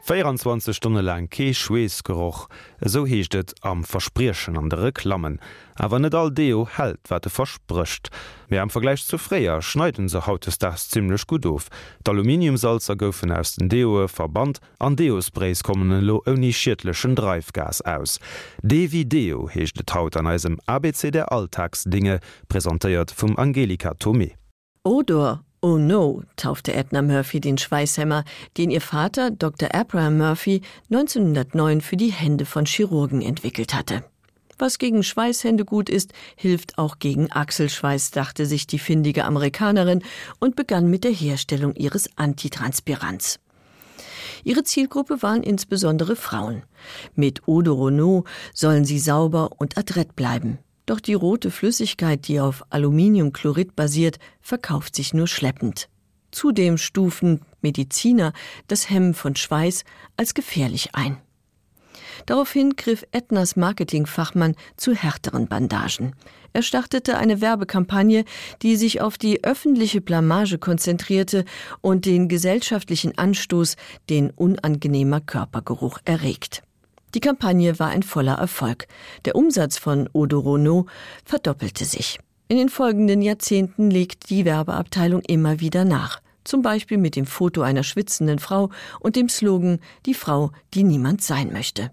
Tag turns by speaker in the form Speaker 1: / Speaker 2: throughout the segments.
Speaker 1: 24 Stunden lang kee Schweesgeruch, so heecht et am Verspriechen an de Reklammen. Awer net all Deo hält, wat de versprcht. Mehr am Vergleich zu Fréier schneiden se hautesdags ziemlich gut auf. D'Aluminiumsalzer goufen aus den Deoe verbannt, an Deosprays kommen lo oni schiedlechen Dreifgas aus. D wie Deo heecht et haut an eisem ABC der Alltagsdinge, präsentiert vum Angelika Thomé.
Speaker 2: Odor. Oh no, taufte Edna Murphy den Schweißhämmer, den ihr Vater Dr. Abraham Murphy 1909 für die Hände von Chirurgen entwickelt hatte. Was gegen Schweißhände gut ist, hilft auch gegen Achselschweiß, dachte sich die findige Amerikanerin und begann mit der Herstellung ihres Antitranspirants. Ihre Zielgruppe waren insbesondere Frauen. Mit Eau de Renault sollen sie sauber und adrett bleiben. Doch die rote Flüssigkeit, die auf Aluminiumchlorid basiert, verkauft sich nur schleppend. Zudem stufen Mediziner das Hemmen von Schweiß als gefährlich ein. Daraufhin griff Ednas Marketingfachmann zu härteren Bandagen. Er startete eine Werbekampagne, die sich auf die öffentliche Blamage konzentrierte und den gesellschaftlichen Anstoß, den unangenehmer Körpergeruch erregt. Die Kampagne war ein voller Erfolg. Der Umsatz von Eau de Renault verdoppelte sich. In den folgenden Jahrzehnten legt die Werbeabteilung immer wieder nach. Zum Beispiel mit dem Foto einer schwitzenden Frau und dem Slogan »Die Frau, die niemand sein möchte«.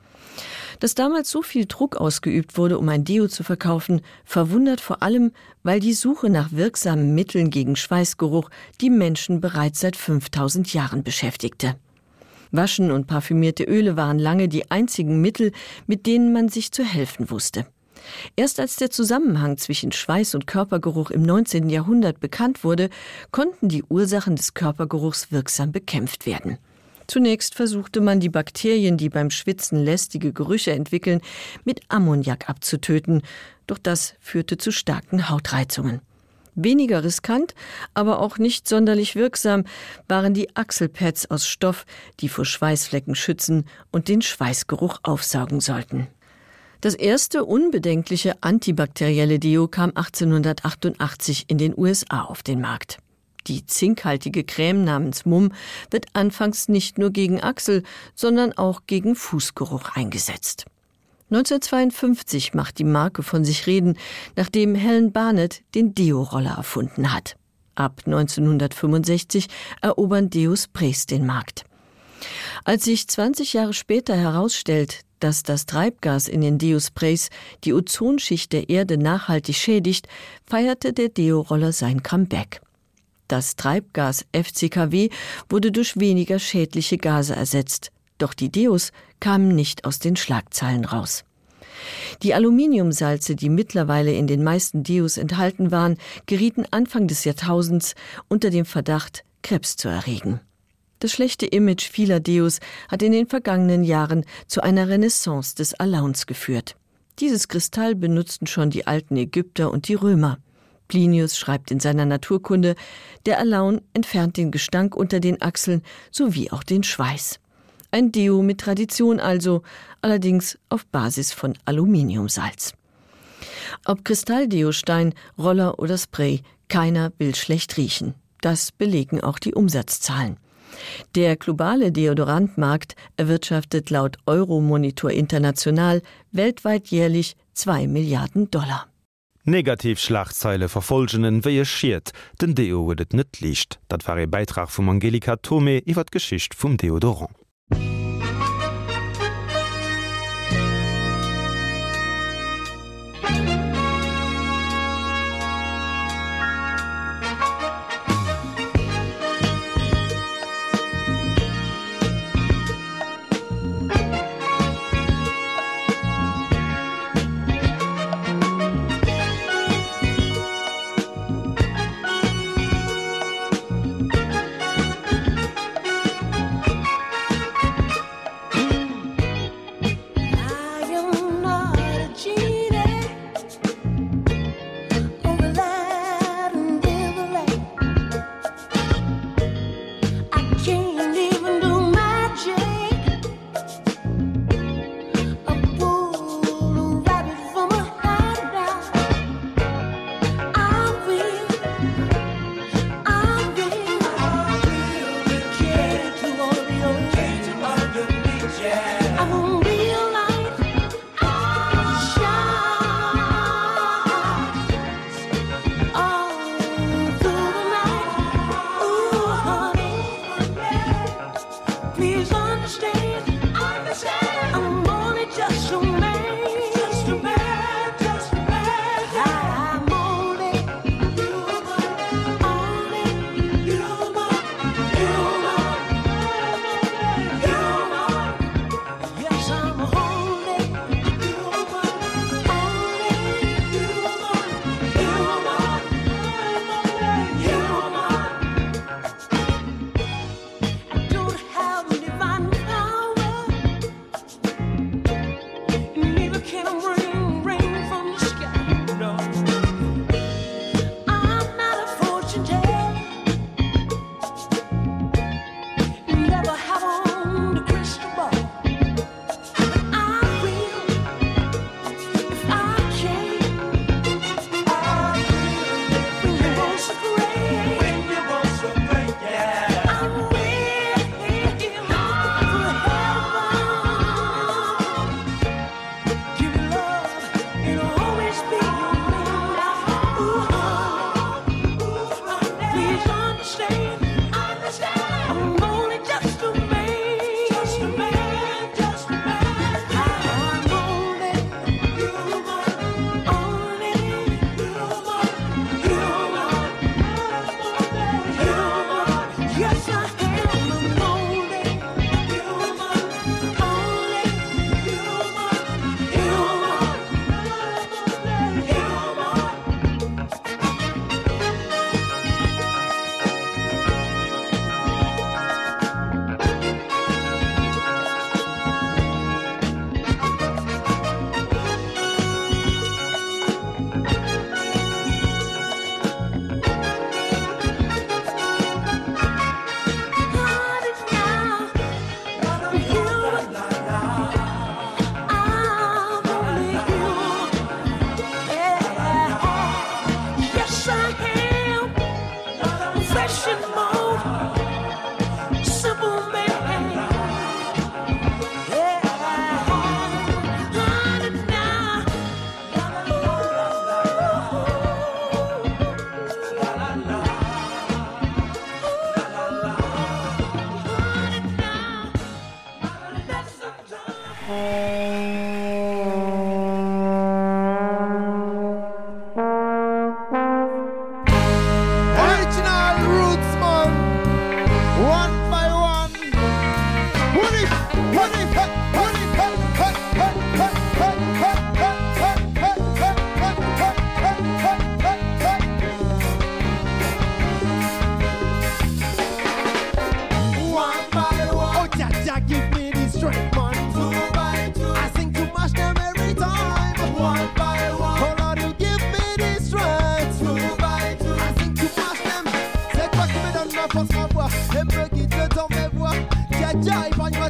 Speaker 2: Dass damals so viel Druck ausgeübt wurde, um ein Deo zu verkaufen, verwundert vor allem, weil die Suche nach wirksamen Mitteln gegen Schweißgeruch die Menschen bereits seit 5000 Jahren beschäftigte. Waschen und parfümierte Öle waren lange die einzigen Mittel, mit denen man sich zu helfen wusste. Erst als der Zusammenhang zwischen Schweiß und Körpergeruch im 19. Jahrhundert bekannt wurde, konnten die Ursachen des Körpergeruchs wirksam bekämpft werden. Zunächst versuchte man, die Bakterien, die beim Schwitzen lästige Gerüche entwickeln, mit Ammoniak abzutöten, doch das führte zu starken Hautreizungen. Weniger riskant, aber auch nicht sonderlich wirksam waren die Achselpads aus Stoff, die vor Schweißflecken schützen und den Schweißgeruch aufsaugen sollten. Das erste unbedenkliche antibakterielle Deo kam 1888 in den USA auf den Markt. Die zinkhaltige Creme namens Mumm wird anfangs nicht nur gegen Achsel, sondern auch gegen Fußgeruch eingesetzt. 1952 macht die Marke von sich reden, nachdem Helen Barnett den Deo-Roller erfunden hat. Ab 1965 erobern Deo-Sprays den Markt. Als sich 20 Jahre später herausstellt, dass das Treibgas in den Deo-Sprays die Ozonschicht der Erde nachhaltig schädigt, feierte der Deo-Roller sein Comeback. Das Treibgas FCKW wurde durch weniger schädliche Gase ersetzt. Doch die Deos kamen nicht aus den Schlagzeilen raus. Die Aluminiumsalze, die mittlerweile in den meisten Deos enthalten waren, gerieten Anfang des Jahrtausends unter dem Verdacht, Krebs zu erregen. Das schlechte Image vieler Deos hat in den vergangenen Jahren zu einer Renaissance des Alauns geführt. Dieses Kristall benutzten schon die alten Ägypter und die Römer. Plinius schreibt in seiner Naturkunde, der Alaun entfernt den Gestank unter den Achseln sowie auch den Schweiß. Ein Deo mit Tradition also, allerdings auf Basis von Aluminiumsalz. Ob Kristalldeostein, Roller oder Spray, keiner will schlecht riechen. Das belegen auch die Umsatzzahlen. Der globale Deodorantmarkt erwirtschaftet laut Euromonitor International weltweit jährlich $2 Milliarden.
Speaker 1: Negativschlagzeile verfolgenen wéie schiiert, den Deo huet net liicht. Dat war e Beitrag vum Angelika Thomé iwwer d'Geschicht vum Deodorant.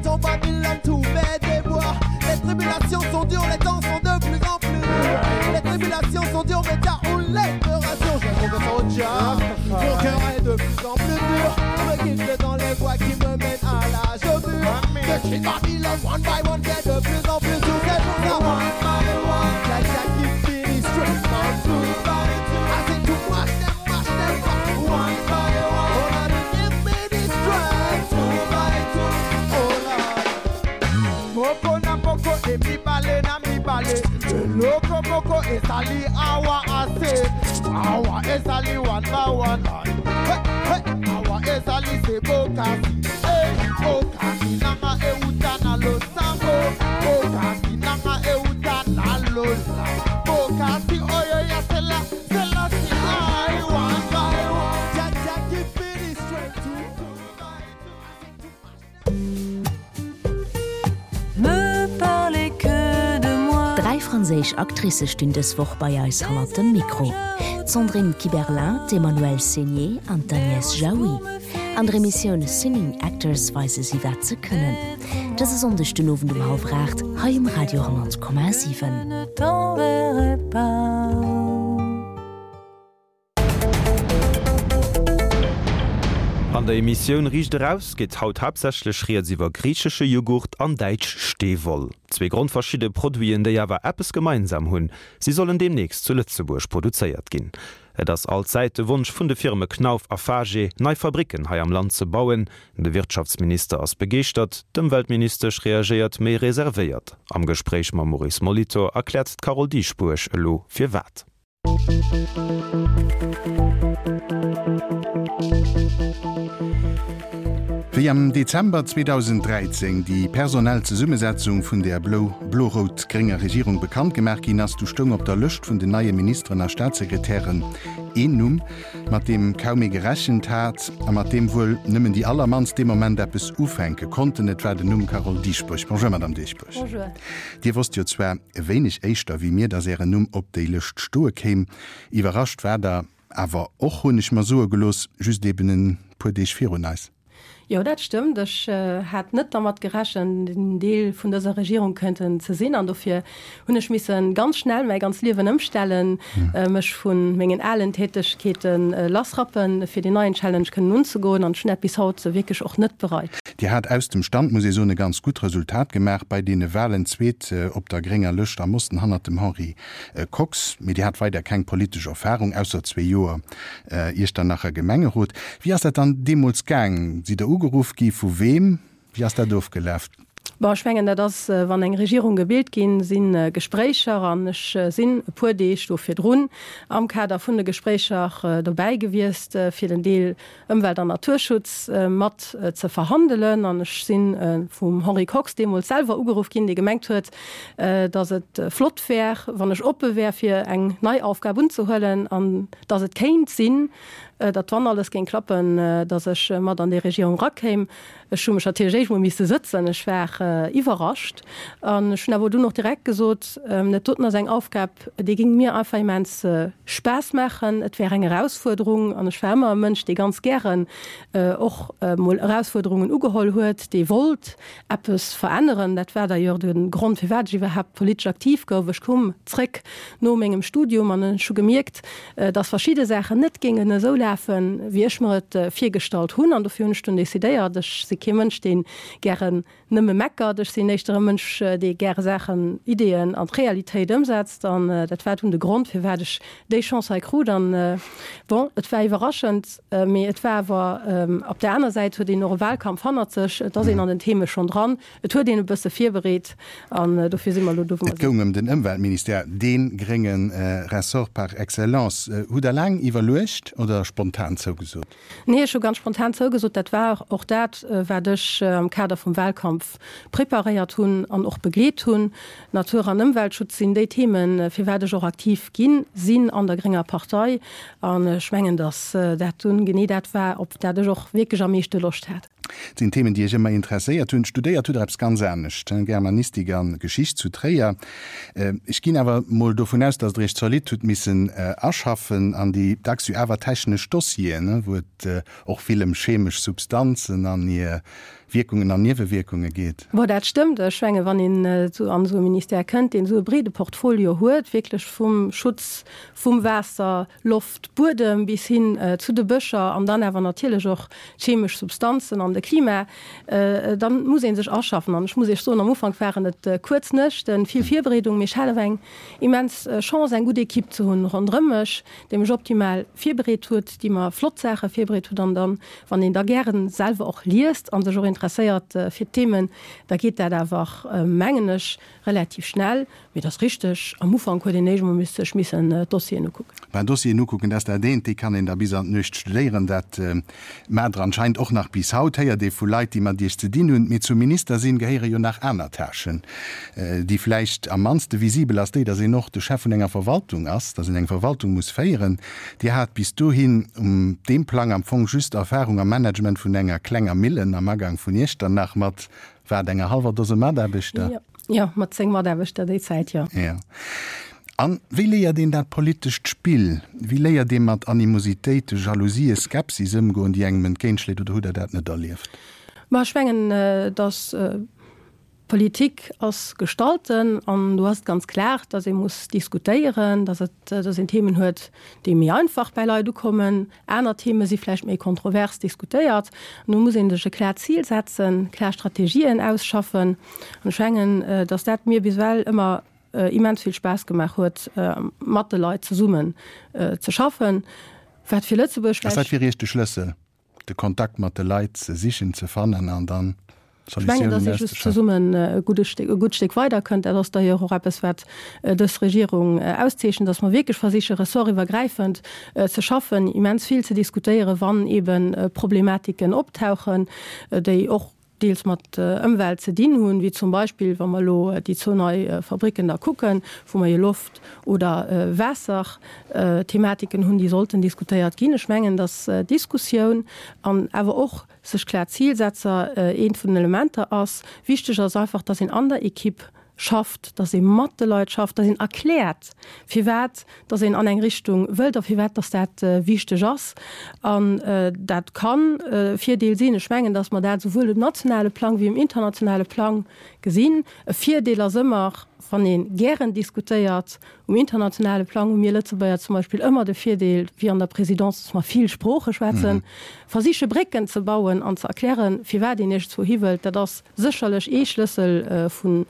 Speaker 3: ton Babylone, tout met des bois. Les tribulations sont dures, les temps sont de plus en plus. Les tribulations sont dures, mais t'as où l'épuration. Je trouve ton job, mon cœur est de plus en plus dur. Me guide dans les voies qui me mènent à l'âge au mur. Détruis Babylone, one by one, c'est de plus en plus tout. C'est pour ça, one by one. Jack keep feeling straight, one, two, by two. I think to watch them, one by one. Oh Lord, give me the strength, two by two. Oh Lord. Moko na moko, e mi bale na mi bale. Loko moko, e sali awa ase. Awa e sali one by one. Awa e sali se bokasi. Bokasi nanga e utana lo sambo. Bokasi nanga e utana lo la. Bokasi oyo ya sela si I one by one. Jaja keep it straight to by two.
Speaker 4: Me parlez que de moi. 3 franzéisch Aktrice stünn des woch bei eis hallertem Mikro. Sandrine Kiberlin, Emmanuel Seigné an Agnès Jaoui. An der Emission Singing Actors weise sie wat ze können. Das ist den Ofen um Haufracht, ha im Radio 10,7.
Speaker 1: An der Emission riecht daraus geht haut hauptsächlich iwwer griechische Joghurt an Deitsch Stewoll. 2 grundverschiedene Produien, die aber Appes gemeinsam hunn. Sie sollen demnächst zu Lützeburg produziert gehen. Das allzeit der Wunsch vun de Firma Knauf Afage neue Fabriken hai am Land zu bauen. Der Wirtschaftsminister ist begeistert, dem Weltminister reagiert mehr reserviert. Am Gespräch mit Maurice Molitor erklärt Carol Diespuch lo für wat.
Speaker 5: Wie am Dezember 2013 die personelle Summesetzung vun der Blo-Rot-Gringer Regierung bekannt gemerk hin hast du stung op der Lücht vun den neue Ministerin a Staatssekretärin Enum, mat dem kaum gerechnet hat, a mat dem wohl nimmen die allermanns dem Moment bis ufenke konnten net werden num Carol Diespuch. Bonjour, Madame Diespuch.
Speaker 6: Bonjour.
Speaker 5: Dir wurst jo zwer wenig eichter wie mir, dass Num op de Lücht stohe käm. Überrascht war da, aber och hun ich mal so gelos just eben pu dich Fi nice.
Speaker 6: Ja, das stimmt. Das hat nicht damit gerechnet, den Teil von dieser Regierung könnten zu sehen. Und dafür habe ich mich ganz schnell mein ganz Leben umstellen, mich von meinen allen Tätigkeiten losrappen, für die neuen Challenge nun zu gehen und schnell bis heute wirklich auch nicht bereit.
Speaker 5: Die hat aus dem Stand, muss ich so ein ganz gutes Resultat gemacht bei den Wahlen zweit ob der Gringer Lücht. Da mussten dem Henry Cox, mit die hat weiter keine politische Erfahrung, außer 2 Jahre, ist dann nachher Gemengerot. Wie hast du dann demals gegangen? Sie der Ugeruf gi vu wem? Wie hast der doof gelaufen?
Speaker 6: Schwngen das wann eng Regierung gewählt gin sinn Gesprächer an sinn pu fir run am Kader vun de Gesprächer dabei gewirst fir den Deel ëmwelt an Naturschutz mat ze verhandeln an sinn vum Henry Cox dem selber ugeruf gin de gemengt huet dats het flotär wann ech opbewer fir eng Neuaufgabe zu höllen an dats het keint sinn dat wann alles gen klappen dat ech mat an de Regierung rakéim schumcher TG miss sitzen ech war überrascht an wo du noch direkt gesot net tot seg Aufgab die ging mir einfach immens Spaß machen et wär eng Herausforderung an schwärmer Mënsch die ganz gern och Herausforderungen ugeholl huet die wollt Appes verändern dat war jo den Grund firwer hab politisch aktiv gouwech kom trick no engem Studium an schon gemerkt dass verschiedene Sachen net gingen so wie ich mir viergestalt hun an der 4 Stunde Idee se Mensch den gern nimme mecker durch die nächste Mensch die gerne Sachen Ideen an Realität umsetzt dann dat war hun de Grund für werde ich de chance kru dann bon het war überraschend mir et war op der anderen Seite den noch Wahlkampf handelt sich da sind an den Themen schon dran hue den bist vier berät an dafür sind
Speaker 5: den Umweltminister den geringen Ressort par excellence hu der lang evaluiert oder spontan zugesucht
Speaker 6: nee schon ganz spontan zugesucht dat war auch dat werdech Kader vom Wahlkampf präpariert hun an auch begleet hun Natur an Umweltschutz sind die Themen für werde auch aktiv gin sinn an der geringer Partei an schwngen das dat tun gene dat war ob der auch wirklich am meeste Lust hat
Speaker 5: sind Themen die ich immer interessiert hun studiert ganz ernst Germanistik an Geschicht zu Träer ich ging aber mal davon aus dass ich Solid müssen erschaffen an die dawer technisch Dossier wo auch vielem chemisch Substanzen an ihr Wirkungen an Nebenwirkungen geht.
Speaker 6: Wo dat stimmt schwenge wann in so an so Minister kennt den so brede Portfolio huet wirklich vom Schutz vom Wasser, Luft, Boden bis hin zu de Büscher an dann aber natürlich auch chemisch Substanzen an de Klima dann muss sich ausschaffen an ich muss ich so am Anfang fahren net kurz nicht denn viel Vierbredung Michweng immens Chance ein gute Kipp zu hun rundrümmech dem ich optimal vierbret tut die man Flotsache vierbret dann wann den da gern selber auch liest an sich interessiert für Themen da geht der einfach mengenisch relativ schnell wie das richtig am Anfang koordinieren müsste schmissen Dossier gucken.
Speaker 5: Beim Dossier nu gucken dass der den die kann in der bis nicht studieren dat Mädra anscheinend auch nach bis haut her de Leiit die man dir zu dienen und mit zum Minister sinn gehere jo nach einer Taschen die vielleicht am manste visibel as dass sie noch de Chef von enger Verwaltung ass dass in eng Verwaltung muss feieren die hat bis du hin dem Plan am Fong just Erfahrung am Management vun enger klenger Millen am Ergang vun Ichter nach mat war ennger halber dose mat der bist
Speaker 6: ja mat mat der bist de Zeit ja.
Speaker 5: An wie leier den dat politisch Spiel wie leier dem mat Animositéit Jalousie Skepsis go die engmen Genschle oder hu dat net erlieft
Speaker 6: Ma schwngen das Politik aus gestalten an du hast ganz klar dass sie muss diskutieren dass das in Themen hört die mir einfach bei Leute kommen einer Themen sie vielleicht mehr kontrovers diskutiert nun muss klar Ziel setzen klar Strategien ausschaffen und schwngen dass das mir visuell immer immens viel Spaß gemacht hat Mathe Leute zu summen zu schaffen für Lützeburg
Speaker 5: die Schlüssel der Kontakt mit den Leuten sich zu fahren und dann
Speaker 6: summen gut Stück weiter könnt dass der Europawert das Regierung auszeschen, dass man wirklich versichere ressortübergreifend zu schaffen, immens viel zu diskutieren, wann eben Problematiken optauchen, die auch deels mat Umwelt ze dienen hun, wie zum Beispiel wenn man lo die zo neue Fabriken da gucken, wo man je Luft oder Wasser Thematiken hun, die sollten diskutiert gene schmengen das Diskussion an aber auch sech klar Zielsetzer een vu Elemente ass wichtig als einfach dass in an der Equipe schafft, dass sie Mathe Leute schafft, dass sie erklärt wie wert, dass sie in an eng Richtung will auf wie wert dass dat wichtig ist an dat kann vier Deelsinn schwingen, dass man dat sowohl im nationale Plan wie im internationale Plan gesehen vier Deler immer von den gern diskutiert internationale Plan mir letzte zum Beispiel immer de vierdeel wie an der Präsidenz mal viel Sprache schwätzen versiche Brecken zu bauen an zu erklären wie wer die nicht zu hiwelt der das sicherlich Schlüssel von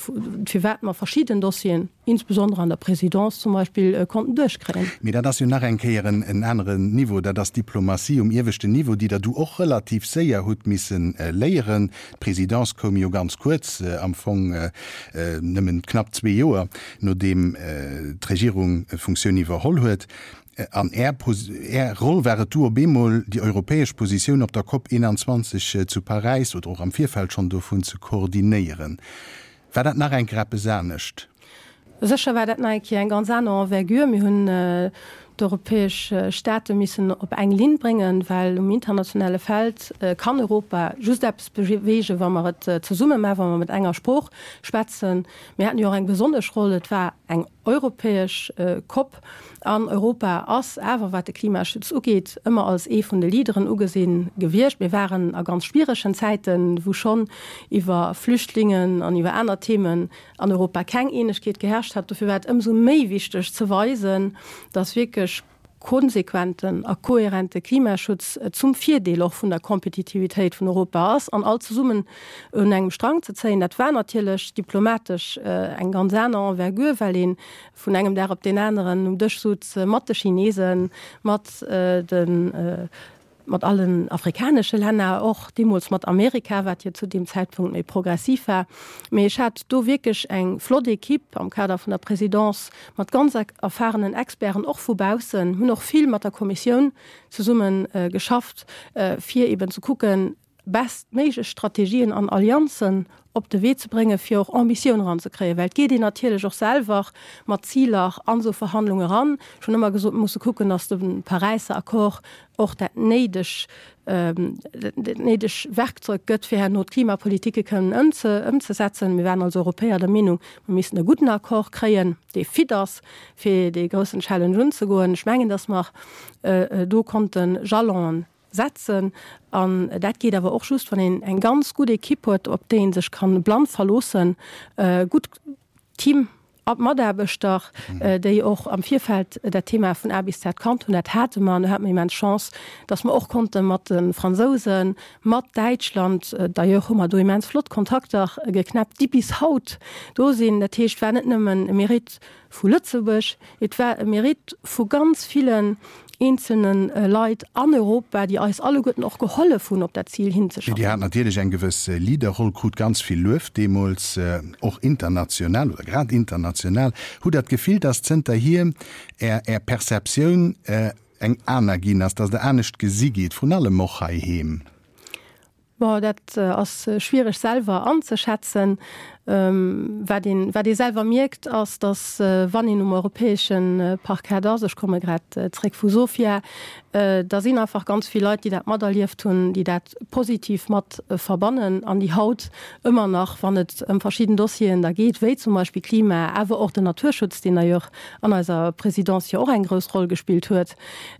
Speaker 6: man verschiedenen Dossien insbesondere an der Präsidenz zum Beispiel konnten durchkriegen
Speaker 5: mit das nachkehren in anderen Niveau da das Diplomatie irwischte Niveau die da du auch relativ sehr gut müssen lehren Präsidenz kom jo ganz kurz am Anfang nimmen knapp 2 Jahre nur dem Regierung Funktion überholt huet an Roll wäre Tour Bemol die europäische Position op der COP21 zu Paris oder auch am Vierfeld schon davon zu koordinieren. War dat nach ein Grappe sanecht?
Speaker 6: Secher war dat en ganz Envergur mir hunn europäische Staaten müssen op eng Lin bringen, weil internationale Feld kann Europa just bewege, wann man zu summe wenn man mit enger Spruch spatzen. Wir hatten ja auch eng besonders Rolle, war eng europäisch Kopf an Europa ass ewer wat de Klimaschutz ugeht, immer als von de Liederen ugesehen gewircht. Wir waren a ganz schwierigschen Zeiten, wo schon iwwer Flüchtlingen an iwwer andere Themen an Europa kein Ähnlichkeit geherrscht hat. Dafür wird umso méi wichtig zu weisen, dass wirklich konsequenten a kohärente Klimaschutz zum Vierdeloch von der Kompetitivität von Europa aus an all zu summen un engem Strang zu zeigen, dat war natürlich diplomatisch eng ganz Envergur, weil von engem der op den anderen Durchschutz mat Chinesen mat mat allen afrikanische Länder auch demos mat Amerika wat hier zu dem Zeitpunkt progressiv war. Ich hat do wirklich eng Flottekipp am Kader von der Präsidenz mat ganz erfahrenen Experten auch vorbausen hun noch viel mat der Kommission zu summen geschafft, vier eben zu gucken bestmege Strategien an Allianzen op de Weg zu bringen, fir auch Ambitionen ranzukriegen. Weil geht die natürlich auch selber mat Zieler an so Verhandlungen ran. Schon immer gesagt, muss gucken, dass den Pariser Akkor auch dat neidisch Werkzeug gött fir not Klimapolitike können umzusetzen. Wir werden als Europäer der Meinung, wir müssen einen guten Akkor kreen, de Fiders fir die großen Challenge zu go. Schmengen das macht do konnten Jalon setzen an dat geht aber auch just von en ganz gute Kippert op den sich kann Plan verlosen gut Team ab Maderbestoch déi auch am Vierfeld der Thema vun A bis Z kommt und hat man man Chance, dass man auch konnte mat den Franzosen, mat Deutschland da jochmmer do immens Flotkontakter geknappt die bis haut do sinn der Techt wennet nimmen Merit vu Lützebusch, et war Merit vu ganz vielen einzelnen Leiit an Europa, die als alle Götten auch geholle vun op der Ziel hinzuschauen.
Speaker 5: Die hat natürlich en gewisse Liederholkrut ganz viel Luft, demos auch international oder grad international. Hu dat gefiel das Center hier Perception eng anergin, dass das der ernstcht gesieget von alle Mochai hem.
Speaker 6: Dat as schwierig selber anzuschätzen, wer die selber merkt, als das wann in europäischen Park ich komme gerade vu Sofia, da sind einfach ganz viele Leute, die dat Mader lief tun, die dat positiv mat verbannen an die Haut immer noch, wann het verschiedene Dossien da geht, wie zum Beispiel Klima, aber auch den Naturschutz, den ja an als Präsident ja auch eine große Rolle gespielt hat.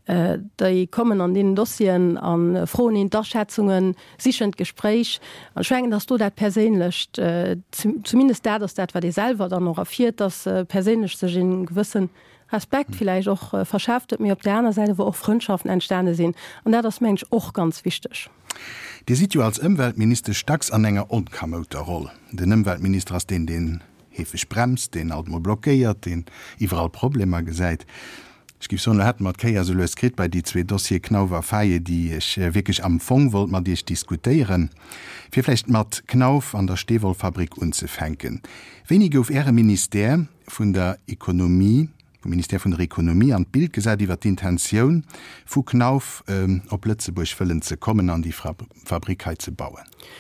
Speaker 6: Die kommen an den Dossien an frohen Unterschätzungen, sicher Gespräch und schwenken, dass du dat persönlich zumindest dass das war die selber dann noch erfiert, dass persönlich sich in gewissen Aspekt vielleicht auch verschärft mir auf der anderen Seite, wo auch Freundschaften entstanden sind und da das Mensch auch ganz wichtig.
Speaker 5: Die sieht ja als Umweltminister Staatsanhänger und Kamauterrolle. Den Umweltminister hast den hefisch bremst, den Auto blockiert, den überall Probleme gesagt. Ich gebe so eine hat mat Keier so skrit bei die zwei Dossier Knauwer Feie, die ich wirklich am Fong wollt man dich diskutieren. Vielleicht mat Knauf an der Stehwollfabrik unzufänken. Wenige auf Ihre Minister von der Ökonomie, vom Minister von der Ökonomie an Bild gesagt, die wird die Intention vu Knauf op Lützeburg füllen zu kommen, an die Fabrik zu bauen.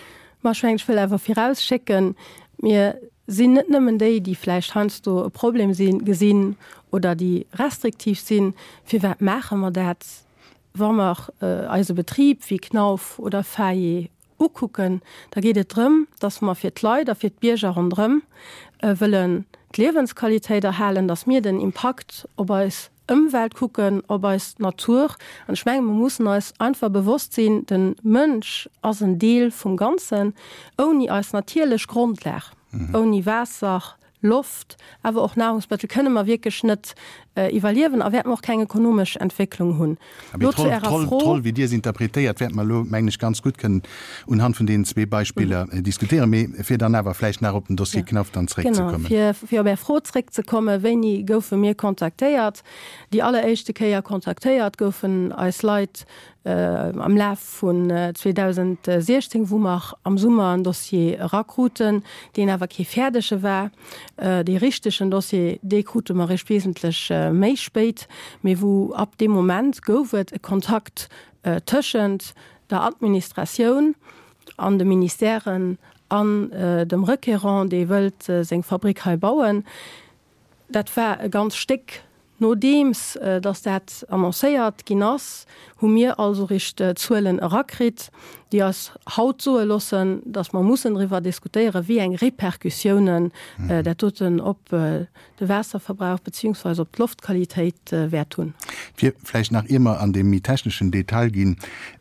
Speaker 6: Ich will einfach vorausschicken, mir sind nicht nur die vielleicht hast du ein Problem gesehen oder die restriktiv sind, für was machen wir das, wenn wir also Betrieb wie Knauf oder Feie gucken, da geht es darum, dass wir für die Leute, für die Bürger rundherum wollen die Lebensqualität erhalten, dass wir den Impact, ob es Umwelt gucken, ob es Natur, und ich meine, man muss uns einfach bewusst sein, den Mensch als ein Teil vom Ganzen, ohne als natürlich Grundlage. Ohne Wasser, Luft, aber auch Nahrungsmittel können wir wirklich nicht evaluieren, aber wir haben auch keine ökonomische Entwicklung haben.
Speaker 5: Toll, wie dir es interpretiert, wird man eigentlich ganz gut können anhand von den zwei Beispielen diskutieren, für dann aber vielleicht nach auf den Dossier Knopf dann zurückzukommen.
Speaker 6: Für bei froh zurückzukommen, wenn ich für mir kontaktiert, die allererste Kehr kontaktiert, gofen als Leute am Lauf von 2016, wo wir am Sommer ein Dossier rekruten, den aber kein fertiges war. Die richtigen Dossier, die rekruten wir recht wesentlich mehr spät, aber wo ab dem Moment wird Kontakt zwischen der Administration, an den Ministerien, an dem Rückkehrern, die wollen seine Fabrik bauen. Das war ein ganz Stück. Nodems, dass dat annoncéiert ginnas, hu mir also rich Zuelen rakrit, die als Haut so lossen, dass man muss darüber diskutieren, wie eng Reperkussionen der Toten op de Wasserverbrauch bzw. op Luftqualität wer tun.
Speaker 5: Wir vielleicht nach immer an dem technischen Detail gehen,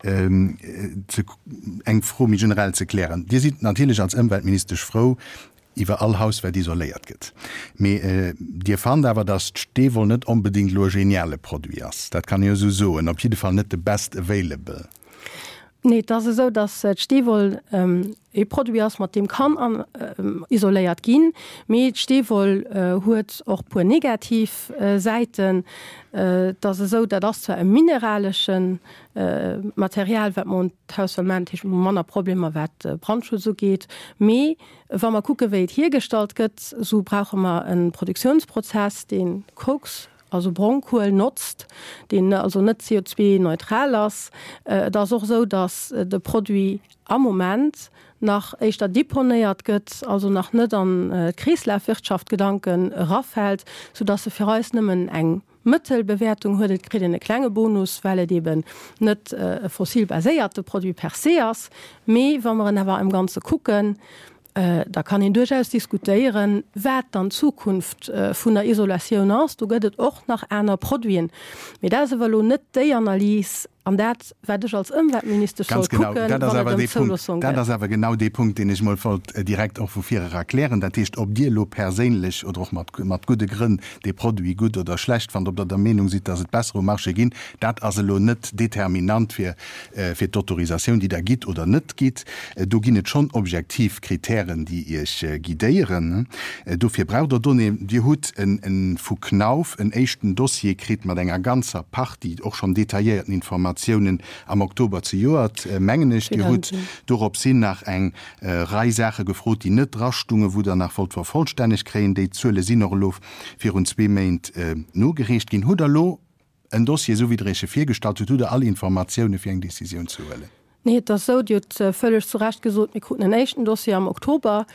Speaker 5: eng froh mich generell zu klären. Die sieht natürlich als Umweltminister froh, iwwer all Haus wer isoliert gët. Dir fand awer dat Stewol net unbedingt lo geniale Produiers. Dat kann jo so en op jeden Fall net de best available.
Speaker 6: Nee, das ist so, dass Stewol Produiers mat dem kann isoléiert gin. Met Stewol huet auch pur negativ Seiten, das ist so, dat das zwar ein mineralischen Material wat man hausvermäntisch manner Probleme wat Brandschutz so geht. Me wann man gucke wéit hier gestaltt gëtt, so brauche man einen Produktionsprozess, den Koks, also Braunkohle nutzt, den also nicht CO2-neutral ist. Das ist auch so, dass der Produkt am Moment nach echter deponiert wird, also nach nicht an Kreislaufwirtschaft Gedanken raufhält, sodass er für uns nicht mehr eng Mittelbewertung hat, kriegt eine kleine Bonus, weil es eben nicht fossil basierte Produkt per se ist. Aber wenn wir aber im Ganzen gucken, da kann ihn durchaus diskutieren, wer dann Zukunft von der Isolation ist. Du gehst auch nach einer Produkt. Aber das ist nicht die Analyse, an dat werde ich als Umweltminister
Speaker 5: ganz genau das aber genau der Punkt den ich mal direkt auch vor erklären dat ist ob dir lo persönlich oder auch mat gute Gründe de Produkt gut oder schlecht fand ob der Meinung sieht dass het bessere Marche gin dat also net determinant für Autorisation die da geht oder net geht du ginet schon objektiv Kriterien die ich gideieren dufir braucht die hut en Fu Knauf en echten Dossier krit man enger ganzer Pacht die auch schon detaillierten Informationen am Oktober zu Joat mengen ich die Hut op sinn nach eng Reisache gefrot die net Rastunge wo der nach vollständig kreen de zule Sinnerlof 4 Meint no gerecht gin Huderlo ein Dossier so wie vier gestaltet du alle Informationen für eng Decision zu welle.
Speaker 6: Nee, das so völlig zurecht gesucht mit den nächsten Dossier am Oktober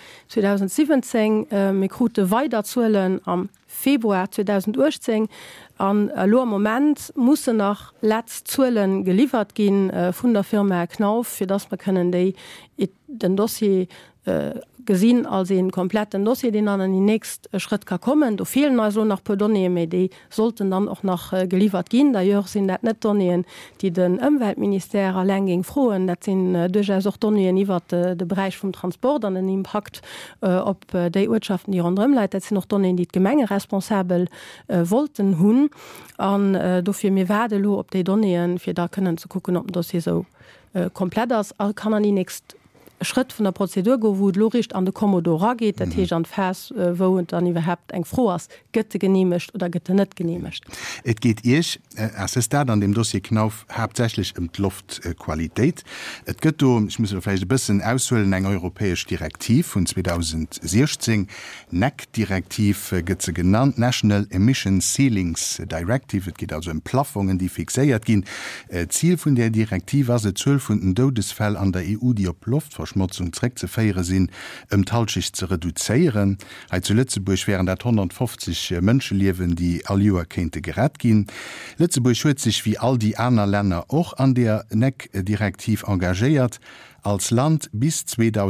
Speaker 6: 2017 mit weiter zuelen am Februar 2018 an lo moment muss nach letzt zuelen geliefert gehen von der Firma Knauf für das man können den Dossier gesinn als en kompletten Dossier den an den nächst Schritt kann kommen. Do fehlen also nach Podonne, die sollten dann auch noch geliefert gehen. Da sind dat net Donien, die den Umweltminister allein ging frohen, dat sind Donien iwwer de Bereich vom Transport an den Impact op de Wirtschaften die runleit, dat sind noch Donien, die Gemenge responsabel wollten hunn an dofir mir werde lo op de Donien fir da können zu gucken, ob das hier so komplett ist, kann an die nächst Schritt von der Prozedur go wo loricht an de Commodora geht, der Tee an Vers wo und dann überhaupt eng froh as Götte genehmigt oder Götte net genehmigt.
Speaker 5: Et geht ich Assistent an dem Dossier Knauf hauptsächlich Luftqualität. Et gëtt ich muss vielleicht ein bisschen ausholen eng europäisch Direktiv von 2016 NEC-Direktiv gëtt ze genannt National Emission Ceilings Directive. Et geht also Plaffungen, die fixéiert gin. Ziel von der Direktive as 12 von den Todesfall an der EU, die op Luftverschmutzung zu feiere sinn Talschicht zu reduzieren. Zu Lützeburg wären dat 150 Mënsche liewen, die all Joer kente gerät gin. Lützeburg huet sich wie all die anderen Länder auch an der NEC-Direktiv engagiert, als Land bis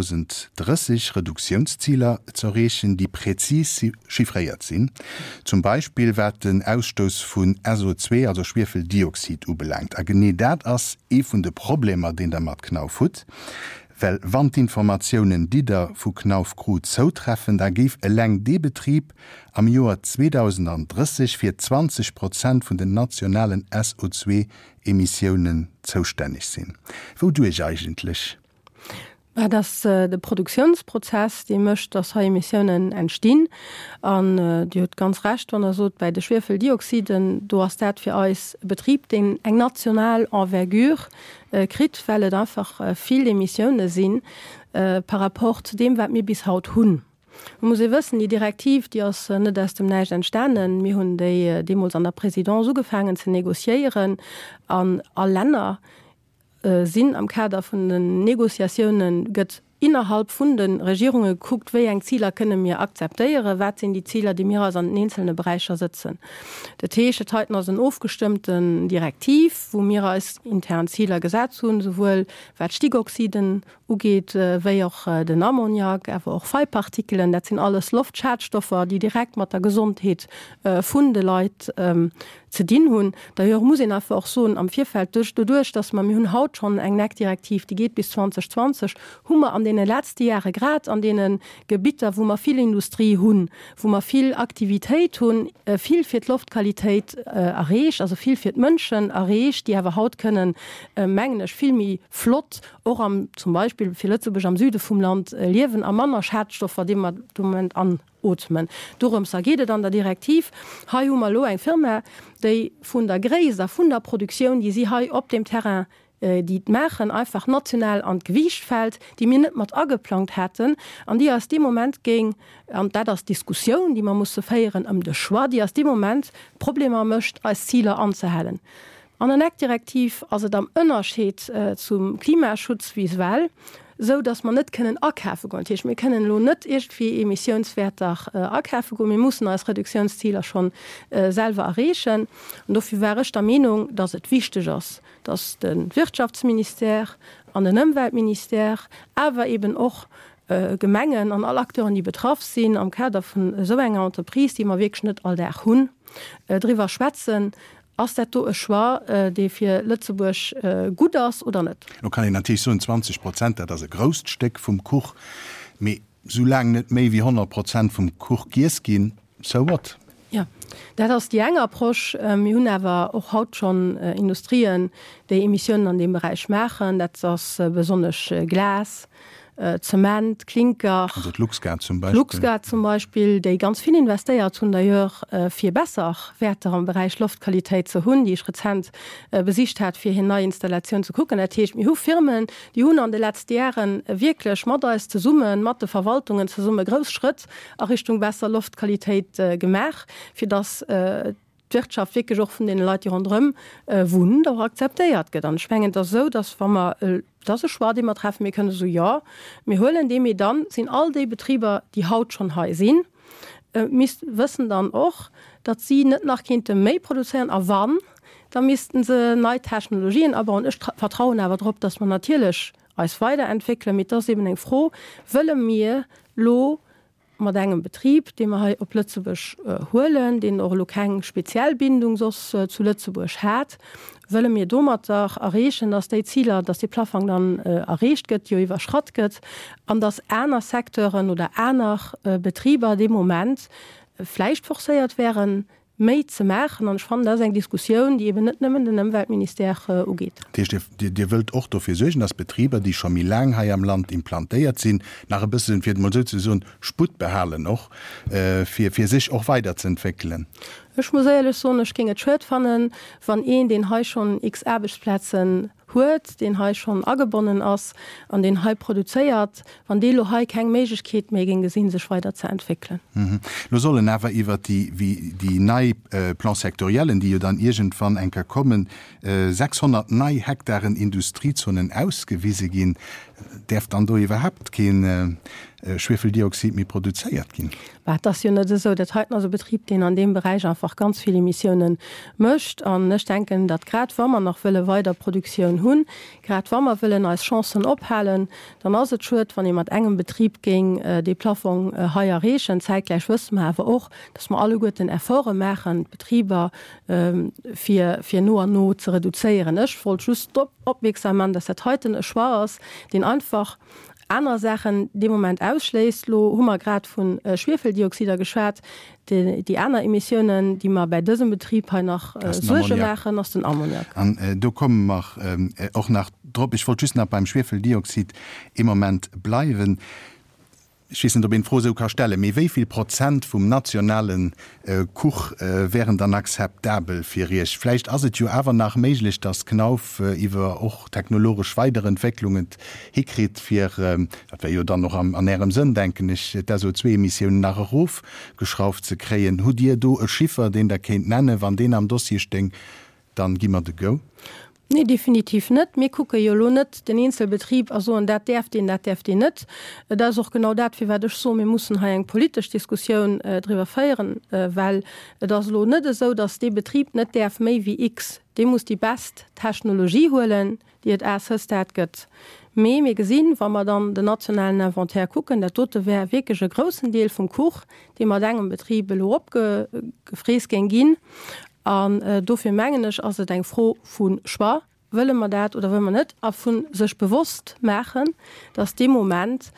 Speaker 5: 2030 Reduktionszieler zu erreichen, die präzis chiffriert sind. Zum Beispiel wird den Ausstoß von SO2, also Schwefeldioxid, ubelangt. Genau das ist von den Problemen, den der Markt Knauf hat. Weil Wandinformationen, die der vu Knaufgrut so treffen, da gif leng de Betrieb am Joar 2030 für 20% von den nationalen SO2-Emissionen zuständig sind. Wodurch eigentlich?
Speaker 6: Das der Produktionsprozess die möchte dass Emissionen entstehen an die hat ganz recht wenn so bei der Schwefeldioxiden du hast dat für als Betrieb den eng national Envergure krit weil einfach viel Emissionen sind par rapport zu dem was mir bis haut hun. Man muss wissen die Direktiv die aus net aus dem Neige entstanden mir hun Demos an der Präsident so gefangen zu negoziieren an alle Länder sinn am Kader von den Negoziationen gëtt innerhalb von den Regierungen guckt, wie eng Zieler können mir akzeptieren, wat sind die Zieler, die mir an den einzelnen Bereiche sitzen. Der Tische teiten aus einen aufgestimmten Direktiv, wo mir als intern Zieler gesagt haben, sowohl wat Stickoxiden ugeht, wie auch den Ammoniak, aber auch Fallpartikeln, das sind alles Luftschadstoffe, die direkt mit der Gesundheit von den Leuten zu dienen haben. Daher muss ich einfach auch so am Vierfeld dadurch, dass man mit Haut schon eng NEC-Direktiv, die geht bis 2020, haben wir an den letzten Jahren gerade an den Gebieten, wo man viel Industrie haben, wo man viel Aktivität haben, viel für die Luftqualität erreicht, also viel für die Menschen erreicht, die aber Haut können mengen viel mehr flott, auch zum Beispiel für Lützeburg am Süden vom Land leben, am anderen Schadstoffe, die man im Moment anatmen. Darum geht dann der Direktiv, hier haben wir eine Firma, die von der Größe, von der Produktion, die sie hier auf dem Terrain die machen einfach national an Gewicht fällt, die mir nicht mal angeplant hätten, an die aus dem Moment ging, an das Diskussion, die man muss feiern der Schwa, die aus dem Moment Probleme möchte als Ziele anzuhellen. An der NEC-Direktiv, also dem Unterschied zum Klimaschutz visuell, so dass man nicht können abkaufen können. Wir können nur nicht irgendwie Emissionswerte abkaufen können. Wir müssen als Reduktionsziele schon selber erreichen. Und dafür wäre ich der Meinung, dass es wichtig ist, dass den Wirtschaftsminister, an den Umweltminister, aber eben auch Gemengen an alle Akteuren, die betroffen sind, am Kader von so einer Entreprise, die man wirklich nicht all der haben, darüber schwätzen, ass dat do e schwa dee fir Lützeburg gut ass oder net.
Speaker 5: No kann ich natürlich so 20%, dat se Groststeck vum Kuch so lang net méi wie 100% vum Kuch gies gin, so wat.
Speaker 6: Ja, dat ass die enger Approch hunn awer och haut schon Industrien déi Emissionen an dem Bereich machen, dat ass besonnech Glas, Zement, Klinker,
Speaker 5: Luxgar zum
Speaker 6: Beispiel, déi ganz viel investéiert hunn der fir besser Wertter am Bereich Luftqualität ze hunn, die ich rezent besicht hat fir hin neue Installation zu gucken. Mir hu Firmen, die hun an de letzten Jahren wirklich Matter ze summen, Mathe Verwaltungen ze summe Großschritt a Richtung besser Luftqualität gemach, fir das Wirtschaft wirklich auch von den Leuten rundherum wohnen, auch akzeptiert geht. Dann schwingen das so, dass wenn man das ist schwer, die wir treffen, wir können so ja, wir holen dem dann sind all die Betriebe, die Haut schon high sind, wissen dann auch, dass sie nicht nach Kinder mehr produzieren, aber wann, dann müssten sie neue Technologien, aber und ich vertraue aber darauf, dass man natürlich als weiterentwickeln mit das eben froh, wollen wir mat engem Betrieb, den man op Lützeburg holen, den or keng Spezialbindung sos zu Lützeburg hat, wëlle mir dommer errechen, dass die Zieler, dass die Plafang dann errecht gëtt, jo iwwer schrat gëtt, an dass einer Sektoren oder einer Betrieber dem Moment fleisch forsäiert wären, méi ze machen an fan das eng Diskussion, die eben net nimmen den Umweltminister ugeht.
Speaker 5: Dir wilt och dafür sechen, dass Betriebe, die schon mi lang ha am Land implantiert sind, nach ein bisschen fir so Sput behalen noch fir sich auch weiterzuentwickeln.
Speaker 6: Ich muss so ich ging fannen van den he schon x Erbesplätzen huet, den he schon agebunden ass an den he produziert, van de ha kein Meket mé gin gesinn sech weiter zu entwickeln.
Speaker 5: Lo sollen nawer iwwer die nei Plansektoriellen, die dann irgendwann enker kommen, 600 nei Hektaren Industriezonen ausgewiese gin, derft dann do überhaupt kein Schwefeldioxid mi produziert gin.
Speaker 6: Das ja nicht so, dat heute also Betrieb, den an dem Bereich einfach ganz viele Emissionen mischt an ich denken, dat grad wenn man noch will weiter Produktion hunn, grad wenn man will als Chancen ophalen, dann as het schuld, wann jemand engem Betrieb ging die Plafung heuer rechen zeitgleich wissen wir auch, dass man alle guten Erfahrungen machen, Betrieber für nur Not zu reduzieren. Ich wollte just opwegsamen, dass het heute schwer ist, den einfach andere Sachen dem Moment ausschläst, lo hummer grad von Schwefeldioxider geschwert, die anderen Emissionen, die man bei diesem Betrieb noch solche machen, aus den Ammoniak.
Speaker 5: Du kommen auch nach Drop, ich wollte nach beim Schwefeldioxid im Moment bleiben. Schießen du bin froh so Stelle mir wieviel Prozent vom nationalen Kuch wären dann akzeptabel für ich vielleicht also du aber nach möglich das Knauf über auch technologisch weitere Entwicklungen hikrit für ja dann noch an ihrem Sinn denken ich da so 2 Emissionen nach Ruf geschraubt zu kreen hu dir du Schiffer den der Kind nenne wann den am Dossier stehen dann gi man de go.
Speaker 6: Nee, definitiv net. Mir gucke jo net den Inselbetrieb also und dat derft den net. Da ist auch genau dat wie werdech so wir mussssen ha eng politisch Diskussion drüber feieren, weil das lo net so, dass de Betrieb net derf méi wie X. De muss die best Technologie holen, die et erstat gëtt. Mir gesinn, wann man dann den nationalen Inventär gucken, der tote wär wirklich großen Deel vom Kuch, den man engem Betrieb opgefries gin. An dofir mengenech as eng froh vun schwa, wëlle man dat oder wenn man net a vun sech bewusst machen, dats de Moment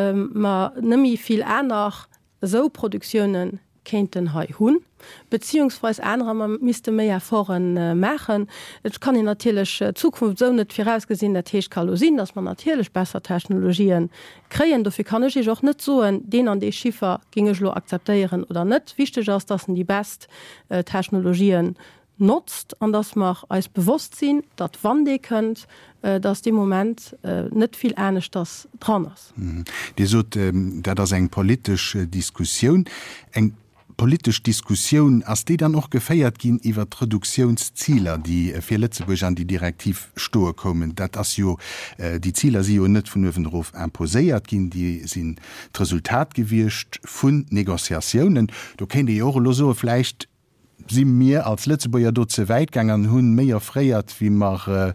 Speaker 6: ma nëmi viel nach so Produktionen kenten ha hunn, beziehungsweise andere man müsste méi erforen machen. Et kann in natürlich Zukunft so net vorausgesehen der Tisch Kalosin, dass man natürlich besser Technologien kreen. Dafür kann ich auch net so den an die Schiffer gingelo akzeptieren oder net. Wichtig ist, dass die best Technologien nutzt an das macht als Bewusstsein, dat wann die könnt, dass dem Moment net viel ernst das dran ist.
Speaker 5: Die so, das eng politische Diskussion eng politisch Diskussion as die dann noch gefeiert gin iwwer Produktionszieler, die fir Lützeburg an die Direktiv stohe kommen. Dat as jo die Zieler si net vun Öwenruf imposéiert gin, die sind Resultat gewircht vun Negoziationen. Du kennt die Joroloso vielleicht sie mir als Lützeburger doze Weitgangern hunn méier freiert wie man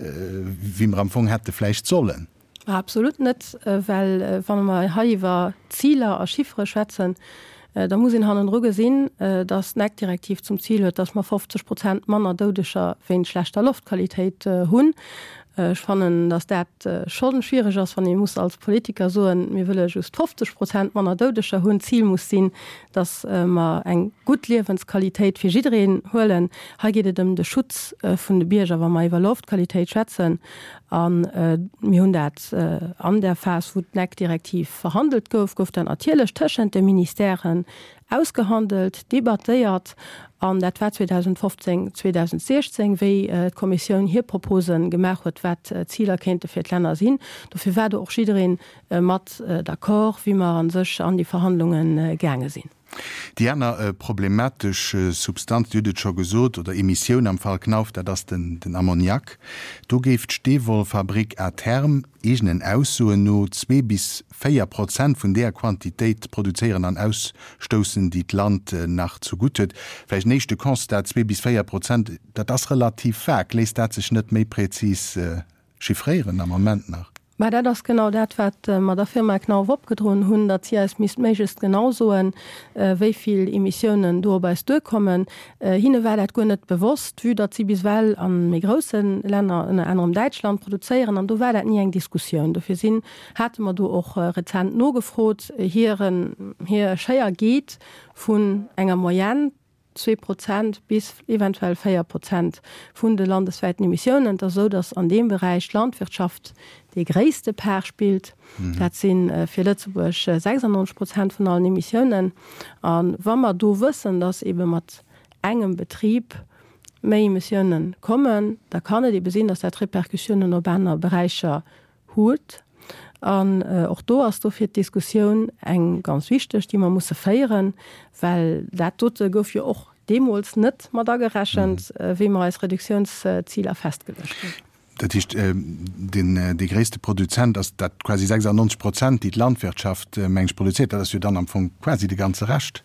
Speaker 5: am Fong hätte vielleicht sollen.
Speaker 6: Absolut net, weil wann man haiwwer Zieler a Chiffre schwätzen, Da muss in Han Rugge sinn, das Neckdirektiv zum Ziel huet, dass man 50% Manner dodescher wenn schlechter Luftqualität hunn. Ich fand, dass das schon schwierig ist, wenn ich muss als Politiker so mir will just 50% meiner dodescher hohen Ziel muss sein, dass man eine gute Lebensqualität für jeden holen. Hier geht es um den Schutz von den Bürgern, wenn wir über Luftqualität schätzen. Und wir haben das an der Fast-Food-Neck-Direktiv verhandelt, dann natürlich zwischen den Ministerien ausgehandelt, debattiert. An dat war 2015/2016 wie Kommission hier Proposen gemacht hat, wat Zieler kennte für Länder sind. Dafür werde auch schiin mat d'accord, wie man an sich an die Verhandlungen gerne sind.
Speaker 5: Die einer problematische Substanz schon gesot oder Emission am Fall knauf, das den Ammoniak. Du geft Stehwollfabrik a Term egen aussuen no 2-4% von der Quantität produzieren an ausstoßen die Land nach zu gut huet. Vielleicht nächste Kost 2-4%, das relativ ver lässt dat sich net méi präzis chiffrieren am Moment nach.
Speaker 6: Bei das genau dat wat man der Firma genau opgedrohen hun, dat hier es miss genauso wieviel Emissionen dobei durchkommen. Hinne war dat go net bewusst, wie dat sie biswell an mé großen Länder in anderem Deutschland produzieren, an du war dat nie eng Diskussion. Dafür sinn hat man du auch Rezent no gefrot hier Scheier geht vun enger Moyen 2% bis eventuell 4% von den landesweiten Emissionen, so dass an dem Bereich Landwirtschaft die größte Paar spielt. Das sind für Lützeburg 96% von allen Emissionen. Und wenn wir da wissen, dass eben mit engem Betrieb mehr Emissionen kommen, da kann ich sehen, dass das Reperkussionen auf andere Bereiche hat. Und auch da ist für die Diskussion eng ganz wichtig, die man muss feiern, weil das gouf ja auch demals nicht mal da gerechnet, wie man als Reduktionsziele festgelegt hat.
Speaker 5: Das ist die größte Produzent, das quasi 96% die Landwirtschaft produziert, das ist ja dann am Anfang quasi die ganze Rest.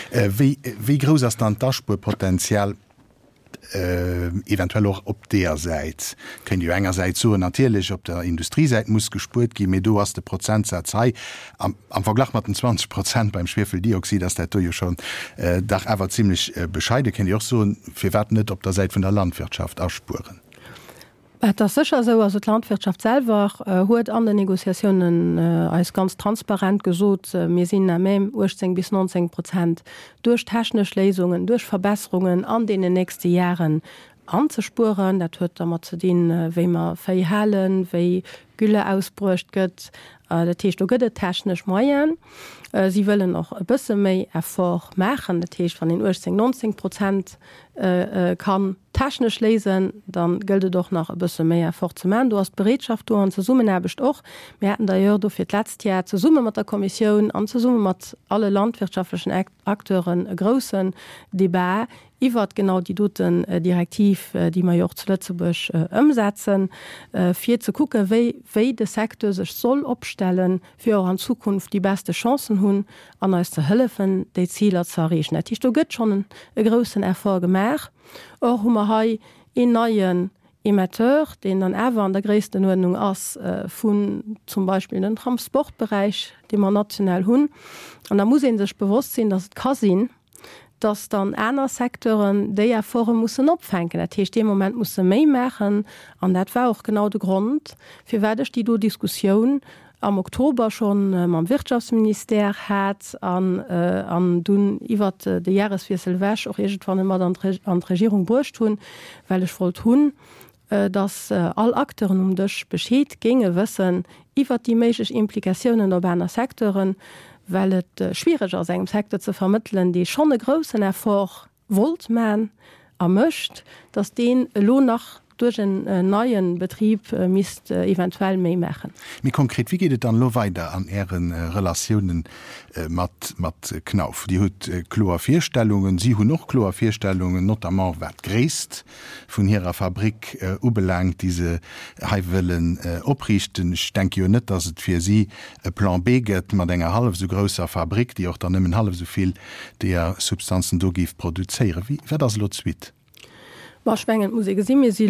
Speaker 5: Wie groß ist dann das Spurpotenzial eventuell auch op der Seite können die engerseits so natürlich op der Industrieseite muss gespurt gehen mir du hast der Prozentsatz am Vergleich mit den 20% beim Schwefeldioxid das der ja schon da aber ziemlich bescheide kenne ich auch so wir werden nicht op der Seite von der Landwirtschaft ausspuren.
Speaker 6: Das sicher so, also die Landwirtschaft selber huet an den Negoziationen als ganz transparent gesot, wir sind am 18-19% durch technische Lesungen, durch Verbesserungen an den nächsten Jahren anzuspuren. Dat huet damit zu dienen, wie man verhalen, wie Gülle ausbrucht gëtt, der Tisch gëtt technisch Moyen. Sie wollen noch ein bisschen mehr Erfolg machen. Der Tisch von den 18-19% kann technisch lesen, dann gilt doch noch ein bisschen mehr Erfolg zu machen. Du hast Bereitschaft und zu summen habe ich auch. Wir hatten da ja für das letzte Jahr zu summen mit der Kommission und zu summen mit allen landwirtschaftlichen Akteuren einen großen Debat über genau die Duten Direktiv, die wir ja auch zu Lützeburg umsetzen, für zu gucken, wie der Sektor sich soll aufstellen, für auch in Zukunft die beste Chancen hun an uns zu helfen, die Ziele zu erreichen. Ich habe schon einen großen Erfolg gemacht. Auch haben wir einen neuen Emetteur, den dann ever an der größten Ordnung ist, von zum Beispiel den Transportbereich, den wir national haben. Und da muss man sich bewusst sein, dass es kann sein, dass dann andere Sektoren die Erfahrungen müssen abfangen. Das heißt, im Moment müssen mehr machen. Und das war auch genau der Grund, für welche die Diskussion am Oktober schon am Wirtschaftsminister hat an dun iwwer de Jahreswissel wäsch auch irgendwann immer an die Regierung burcht tun, weil ich wollte tun, dass all Akteuren um dich Bescheid ginge wissen, iwwer die möglichen Implikationen auf einer Sektoren, weil es schwierig ist, einem Sektor zu vermitteln, die schon einen großen Erfolg wollt man ermöcht, dass den Lohn nach durch einen neuen Betrieb misst eventuell mehr machen.
Speaker 5: Wie konkret, wie geht es dann noch weiter an Ihren Relationen mit Knauf? Die hat Chlorvierstellungen, Sie haben noch Chlorvierstellungen, notamment was gräst von Ihrer Fabrik unbelangt, diese Heilwillen abrichten. Ich denke ja nicht, dass es für Sie ein Plan B gibt, mit einer halb so großer Fabrik, die auch dann nicht halb so viel der Substanzen produzieren. Wie wäre das los mit?
Speaker 6: Schwingend muss ich sehen, wir sind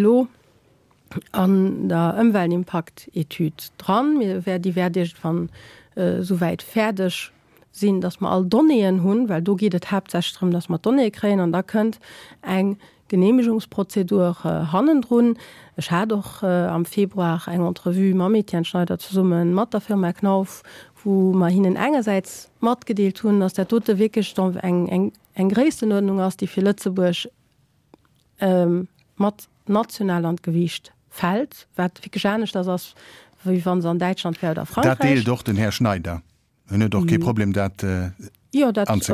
Speaker 6: an der Umweltimpact-Etude dran. Wir werden die von soweit fertig sinn, dass man all Donneen hunn, weil du geht hauptsächlich, dass man Donne kräen an da könnt eng Genehmigungsprozedur hannen. Ich hatte doch am Februar eng Entrevue ma Mädchenschneider zu summen mat der Firma Knauf, wo man ihnen engerseits mat gedeelt hun, dass der tote Wickelstoff eng gräste Ordnung aus die für Lützeburg mat national gewicht fällt, wie geschanisch das wie wann an Deutschland fällt oder Frankreich.
Speaker 5: Da deelt doch den Herr Schneider. Doch kein Problem dat
Speaker 6: ja,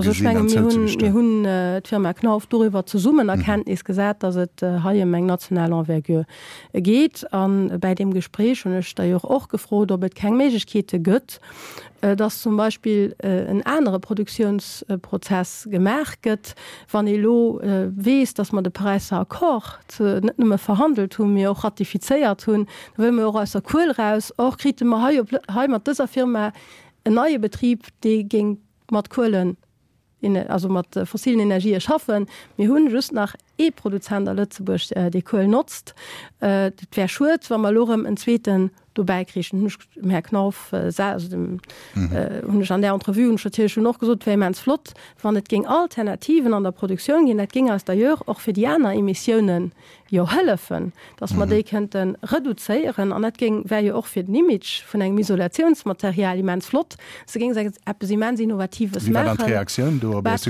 Speaker 6: hun Firma Knauf darüber zu summen Erkenntnis gesagt, dass het eng national Envergure geht an bei dem Gespräch und ich da auch gefroht, ob het kein Mekete gött, dass zum Beispiel ein andere Produktionsprozess gemerket, wann lo wees, dass man de Preis kocht net nur verhandelt hun mir auch ratifiziert hun, will mir auch aus der Kohl raus auch krit man dieser Firma ein neue Betrieb, die ging mat Kohlen also mat fossilen Energie schaffen. mir hunn just nach E-Produzent der Lützeburg die Kohl nutzt. Dat wär schuld, wann man lorem en Zzweten vorbeikriechen Herr Knauf an der Entrevue schon noch gesot mans Flot, wann net ging Alternativen an der Produktion gin, net ging als der auch für die anderen Emissionen jo hëllefen, dass man die könnten reduzieren an net ging wär auch für den Image von engem Isolationsmaterial immens Flot ging immens innovatives
Speaker 5: Reaktion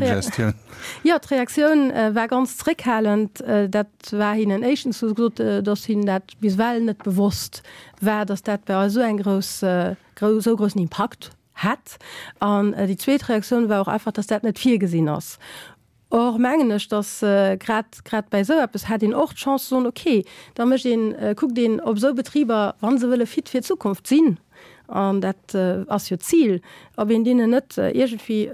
Speaker 6: ja, die Reaktion war ganz trickhalend, dat war hin Asian so gut, dass hin dat visuell net bewusst war, dass dat bei so ein so großen Impact hat. Und die zweite Reaktion war auch einfach, dass dat net viel gesehen ist. Auch mengen ich, dass grad bei so etwas hat den auch Chance so okay, da möchte ich guck den ob so Betrieber wann sie will fit für Zukunft ziehen. Und dat as jo Ziel, aber in denen net irgendwie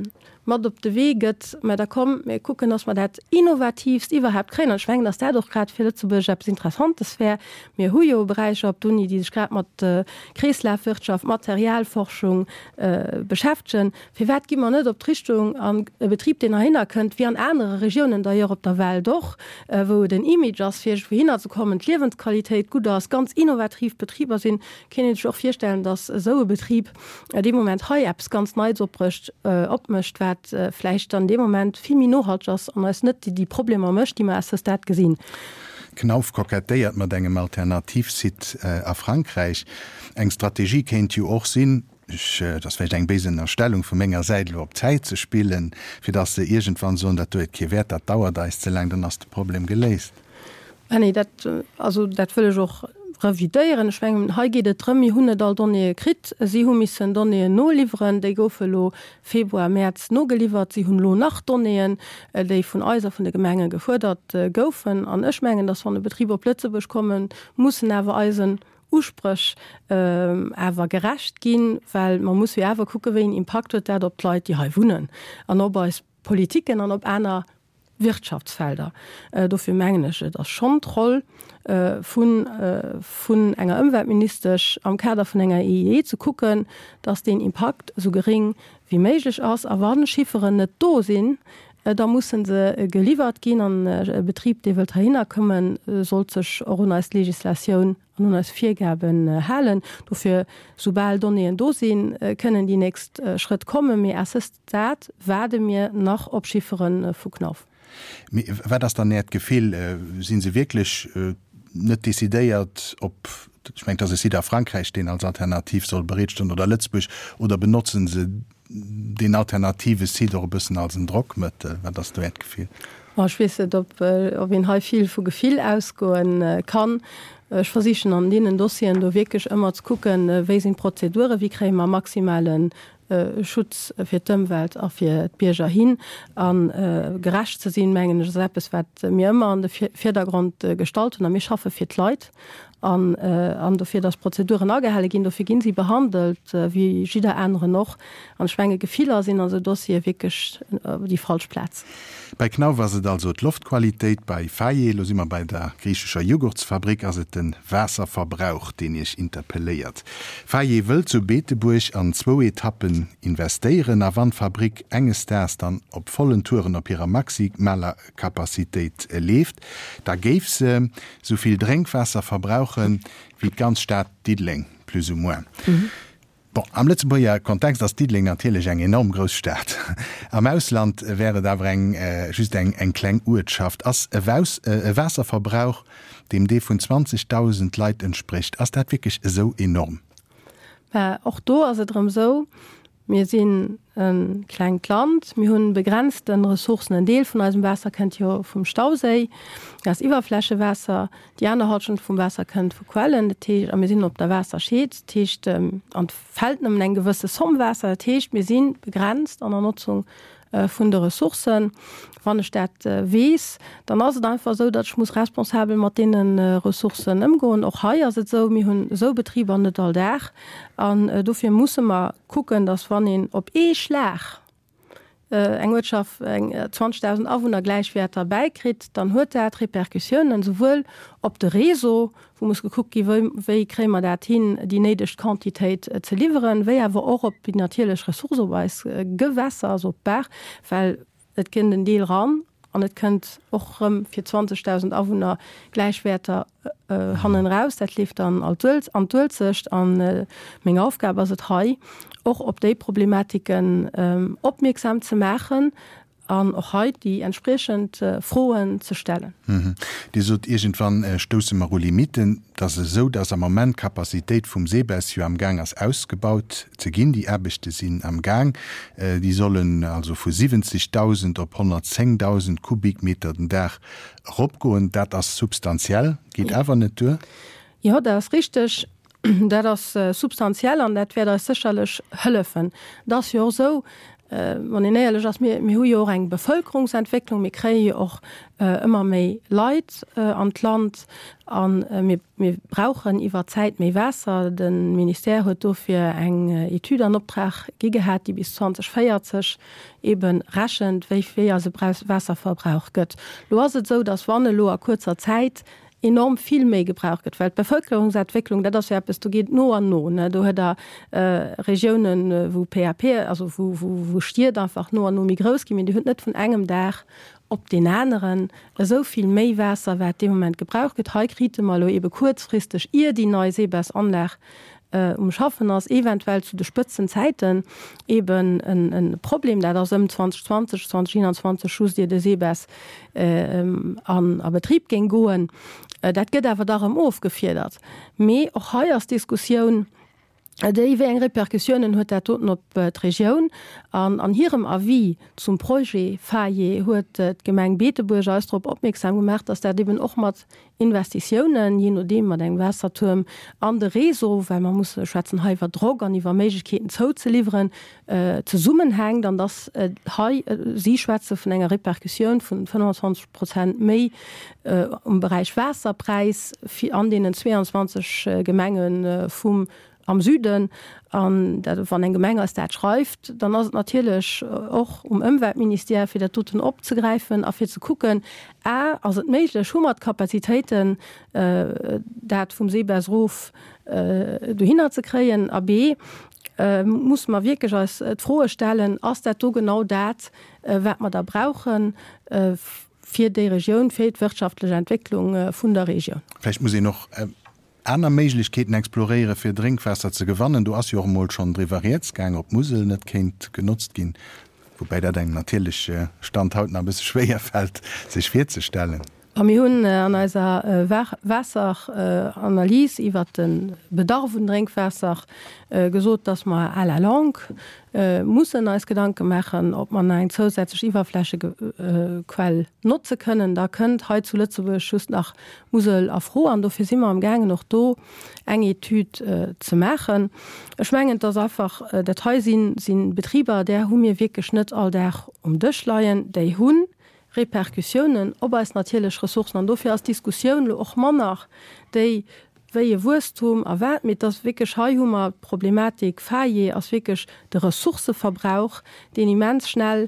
Speaker 6: mat op de Weget da kom gucken, dass man dat innovativst überhaupt krännen schwngen, dass der doch grad viel zu interessantes wär mir Hujo-Bereich op Duni die grad mat Kreislaufwirtschaft, Materialforschung beschäftigen. Wie weit gi man net op Richtung an Betrieb den erinnern könnt wie an andere Regionen der op der Welt doch, wo den Imagers fir hinzukommen, Lebensqualität gut aus ganz innovativ Betrieber sind, können ich auch feststellen, dass so Betrieb dem Moment High-Apps ganz neu so bricht opmischt werden vielleicht an dem Moment viel Min hat an als net die Probleme mcht, die man als Staat gesinn.
Speaker 5: Knauf kokettéiert man engem Alternativsit a Frankreich. Eng Strategie kennt jo och sinn, das wäre eng besen Erstellung vu ménger Seite op Zeit zu spielen, fir dat se irgendwann so dat kiwert dat dauert da ist ze lang dann as das Problem geleest.
Speaker 6: Nee, dat will auch revidieren schwngen ha geht trmi 100 Donne krit sie hun missen Donne no lieeren de gouffelo Februar März no geliefert sie hun lo nach Donneen déi vun Äiser vun de Gemenge gefordert goufen an Echmengen dats van de Betrieber Plötze bekommen mussssen awer Eisen usprech awer gerecht gin, weil man muss wie awer kucke wen impactet dat op Leiit die ha wunnen an ob es Politiken an op einer Wirtschaftsfelder. Dofir mengnesche das schon troll vun enger Umweltministersch am Kader vun enger EE zu gucken, dass den Impact so gering wie méiglech ass erwarden Schifferen net do sinn, da mussssen se geliefert gin an Betrieb de wild hinkommen soll sech als Legislation an als Viergaben halen. Dofir sobald Donneen do sinn können die nächst Schritt kommen mir Assistat werde mir nach opschifferen vu Knauf.
Speaker 5: Wer das dann net gefehl sind sie wirklich net desideiert ob ich mein, dass sie da Frankreich den als Alternativ soll berechten oder Lützburg oder benutzen sie den alternative Siderbussen als ein Druckmittel, wenn das du gefehl.
Speaker 6: Ich weiß nicht, ob ihn viel vu Gefühl ausgehen kann. Ich versichern an denen Dossien du wirklich immer zu gucken, wie sind Prozedure, wie kriegen wir maximalen Schutz fir d'Umwelt a fir Bierger hin an gerecht ze sinn menggen Seppes mir immer an de Vierdergrund gestalten an mir schaffe fir d'Leit an dofir das Prozeduren agehelle gin, dofir ginn sie behandelt wie jider andere noch an Schwenge Gefehler sinn also Dossier wirklich die Falschplatz.
Speaker 5: Bei Knauf war se also d Luftqualität bei Faye los immer bei der griechischer Joghurtsfabrik as den Wasserverbrauch, den ich interpelliert. Faye wëll zu Beeteburg an 2 Etappen investieren a Wandfabrik enges derst dann op vollen Touren op ihrer maximaler Kapazität erlebt. Da geif se soviel Drinkwasser verbrauchen wie ganz Stadt Diedling plus ou moins. Bon, am letzten Jahr Kontext das Diedling natürlich eng enorm Großstaat. Am Ausland wäre da just eng klein Urschaft als Wasserverbrauch, dem D von 20.000 Leid entspricht. As dat wirklich so enorm?
Speaker 6: Auch do as drum so. Wir sind ein klein Land, wir haben begrenzten Ressourcen. Ein Teil von unserem Wasser kennt ja vom Stausee, das Überflächewasser, die andere hat schon vom Wasser kennt von Quellen. Wir sind auf der Wasser steht, und fällt einem ein gewisses Sommerwasser. Wir sind begrenzt an der Nutzung von den Ressourcen. Wenn ich das weiß, dann ist es einfach so, dass ich responsabel mit den Ressourcen umgehen. Auch hier ist es so, wir haben so Betriebe nicht all da. Und dafür muss man gucken, dass wenn ob Schlag eng Wirtschaft 20.000 Einwohner gleichwert dabei kriegt, dann hat er Reperkussionen sowohl op de Reso, wo muss geguckt wie krämer dat hin die nedisch Quantität zu liefern, wie aber auch op die natürlich Ressourceweis Gewässer so Berg, weil het kind den Deal ran an het könnt auch für 20.000 Einwohner gleichwerter hannen raus, dat lief dann an Dulzecht an Menge Aufgabe as hei. Auch op die Problematiken aufmerksam zu machen, an auch heute die entsprechend Frohen zu stellen.
Speaker 5: Die so irgendwann stoßen wir Limiten, dass es so, dass am Moment Kapazität vom Seebass am Gang als ausgebaut zu gehen, die Erbichte sind am Gang, die sollen also von 70.000 auf 110.000 Kubikmeter den Tag runtergehen, das ist substanziell, geht einfach nicht durch?
Speaker 6: Ja, das ist richtig. Das substanziell an dat wär sicherlich hëllefen. Das ja so man mir eng Bevölkerungsentwicklung mir kree auch immer méi Leiit an Land an wir brauchen iwwer Zeit méi Wasser. Den Minister huet dofir eng Etüde an Optrag gegehat, die bis 2040 eben raschend wéi se Wasser verbrauch gëtt. Lo se so, dass wann lo a kurzer Zeit enorm viel mehr gebraucht wird, weil Bevölkerungsentwicklung, das ja bis du geht no an no, ne? Du hat da Regionen, wo PHP, also wo stiert einfach no an no mi groß gehen, die hört nicht von engem Dach op den anderen so viel Meerwasser wird dem Moment gebraucht wird. Heute kriegt mal eben kurzfristig ihr die neue Seebassanlage umschaffen als eventuell zu den Spitzenzeiten eben ein Problem, der das im 2020, 2021 Schuss die Seebass an Betrieb ging goen. Das geht aber darum aufgefordert. Me auch heuer als Diskussion déi eng Reperkussionen huet der toten op d'Regioun an hirem Avis zum Projekt Faye huet et Gemeng Beeteburg Austrop opmerksam gemacht, dats der deben och mat Investitionen je nodem mat eng Wasserturm an de Reso, weil man muss schwätzen haiwwer Drog an iwwer Meigkeeten zo ze lieeren ze summen heng, dann das sie Schwäze vun enger Reperkusioun vun 25% méi Bereich Wasserpreis an denen 22 Gemengen vum am Süden an van en Gemeng als dat schreift, dann ass natürlich auch Umweltminister fir der Toten opzugreifen, a fir zu gucken ass et méigle Schummerkapazitäten dat vum Seebersruf du hinner ze kreien a B muss man wirklich als frohe stellen, ass dat do genau dat wat man da brauchen fir de Region fir wirtschaftliche Entwicklung vun der Region.
Speaker 5: Vielleicht muss ich noch aner Meiglichkeiten exploriere fir Drinkwasser ze gewannen. Du hast ja mal schon Drivarietsgang op Musel net kind genutzt gin, wobei der deg natürliche Standhaut a bis schwer fällt, sich schwer zu stellen.
Speaker 6: Am hunn an eiser Wasseranalyse iwwer den Bedarf vun Drinkwasser gesot, dats man aller lang mussssen als Gedanke machen, ob man eng zusätzlich Iwerfläche Quell nutze können. Da könnt he zu Lützeburg schuss nach Musel afro an dofir simmer am Gange noch do eng Etüd ze machen. Schmengend das einfach Dateisinn sinn Betrieber, der hun mir wirklich net all der Dëchleien déi hunn Reperkussionen, ob es natürlich Ressourcen an dofir als Diskussion och man nach déi wéie Wurstum erwert mit das wirklich Heihummer Problematik Faye als wirklich de Ressourceverbrauch, den immens schnell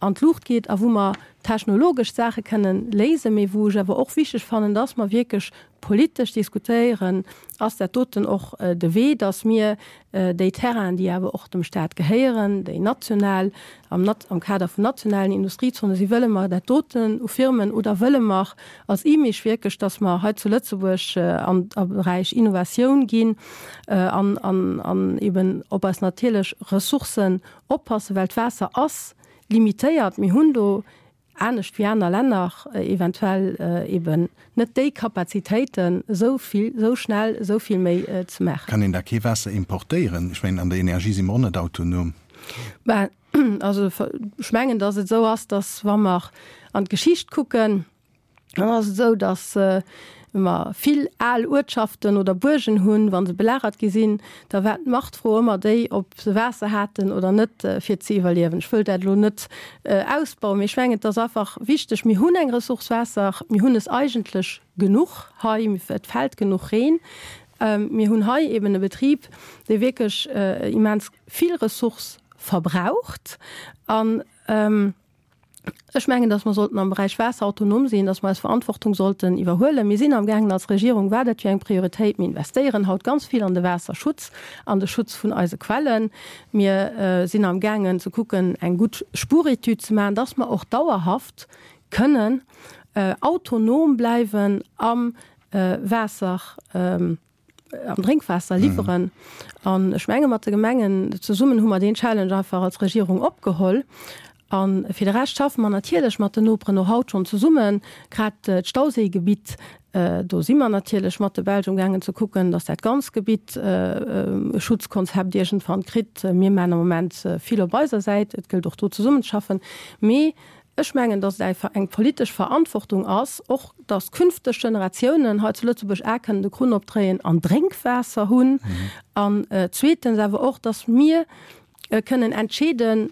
Speaker 6: an die Luft geht, wo man technologisch Sachen können lesen, wo ich aber auch wichtig fand, dass man wirklich politisch diskutieren, als der Toten auch der Weg, dass mir die Terrain, die aber auch dem Staat gehören, die national, am Kader von nationalen Industriezonen, sie wollen mal der Toten Firmen oder wollen mal als Image wirklich, dass man heute zu Lützeburg am Bereich Innovation gehen, an eben, ob es natürlich Ressourcen oppassen, weil Wasser ist limitiert, mit Hundo, ernst wie andere Länder eventuell eben nicht die Kapazitäten so schnell so viel mehr zu machen.
Speaker 5: Kann in der Kiewasser importieren? Ich meine, an der Energie sind wir nicht autonom.
Speaker 6: Also schmengen, dass es so ist, dass wenn wir an die Geschichte gucken, dann ist es so, dass immer viel Ortschaften oder Burgen hun, wann sie belagert gesinn, da werden macht froh immer die, ob sie Wasser hatten oder nicht für zu evaluieren. Ich will das nicht ausbauen. Ich schwinge das einfach wichtig. Wir haben ein Ressourcewasser, wir haben es eigentlich genug, es fällt genug rein. Wir haben hier eben einen Betrieb, der wirklich immens viel Ressource verbraucht. Ich meine, dass man sollten am Bereich Wasser autonom sehen, dass man als Verantwortung sollten überholen. Wir sind am Gang als Regierung werdet wir eine Priorität wir investieren haut ganz viel an den Wasserschutz, an den Schutz von unseren Quellen. Wir sind am Gangen zu gucken, ein gut Spuritüt zu machen, dass wir auch dauerhaft können autonom bleiben am Wasser. Am Trinkwasser liefern an Schmengemate Gemengen zu summen hummer den Challenge einfach als Regierung abgeholt. An Federal schaffen man natürlich mat den Opre noch haut schon zu summen, grad Stauseegebiet do si man natürlich mat Belgium gangen zu gucken, dass dat ganz Gebiet Schutzkonzept Dirgent van Krit mir meiner Moment viel op beiser seit, et gilt doch do zu summen schaffen. Ich meine, dass es eng politisch Verantwortung ist, auch dass künftige Generationen heute Lützeburg erkennen, die Grund abdrehen an Trinkwasser haben. Und zweitens aber auch, dass wir können entscheiden,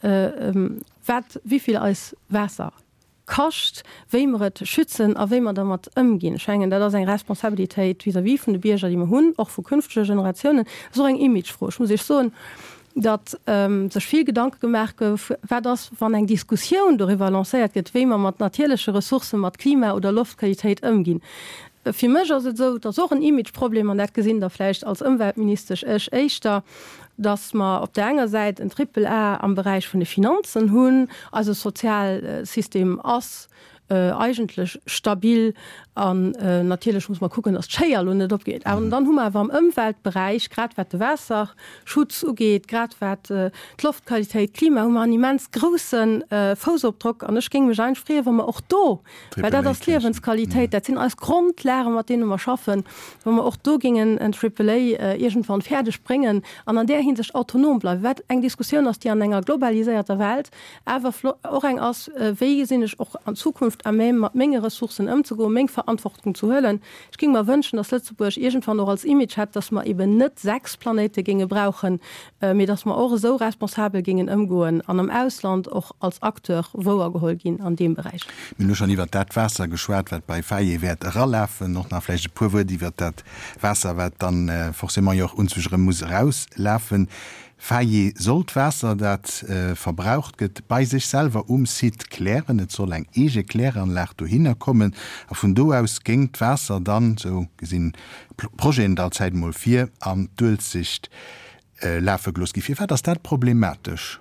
Speaker 6: wie viel als Wasser kostet, wie wir es schützen und wie wir damit umgehen. Ich meine, das ist eine Responsabilität vis-à-vis von den Bürgern, die wir haben, auch für künftige Generationen. So ein Imagefroh. Ich muss ich sagen, dat sech viel Gedanke gemerk wer das van eng Diskussion darüber lanciert geht, wie man mat natürliche Ressourcen mat Klima oder Luftqualität umgehen. Für mich ist es so, dass auch ein Imageproblem an net gesinn der vielleicht als Umweltminister Eichter, dass man auf der einen Seite ein AAA am Bereich von den Finanzen hun, also Sozialsystem ass eigentlich stabil an natürlich muss man gucken, dass Cheier und nicht abgeht. Und dann haben wir aber im Umweltbereich, gerade was Wasser, Schutz angeht, gerade was die Luftqualität, Klima, haben wir einen immens großen Fußabdruck. Und ich ging mich einfrieren, wenn wir auch da, weil das Lebensqualität, das sind als Grundlehren, mit denen wir schaffen, wenn wir auch da gingen, ein AAA irgendwann fertig bringen und an der Hinsicht autonom bleiben. Weil eine Diskussion ist, die an einer globalisierten Welt, aber auch ein aus Wege sind ich auch in Zukunft eine Menge Ressourcen umzugehen, Menge Verantwortung zu höllen. Ich ging mal wünschen, dass Lützeburg irgendwann noch als Image hat, dass man eben nicht 6 Planeten ginge brauchen, mir dass man auch so responsabel gingen umgehen, an dem Ausland auch als Akteur woher geholt gehen an dem Bereich.
Speaker 5: Wenn du schon über das Wasser geschwert wird, bei Feier wird rauslaufen, noch nach Fläche pur, die wird das Wasser wird dann forcément auch unzwischen muss rauslaufen. Feier sollt Wasser dat verbraucht get bei sich selber sieht klären, net soll eng ege klären lacht du hinkommen. A von do aus gingt Wasser dann so gesinn Projekt der Zeit mal 4 am Dulsicht Lafegloski. Das dat problematisch.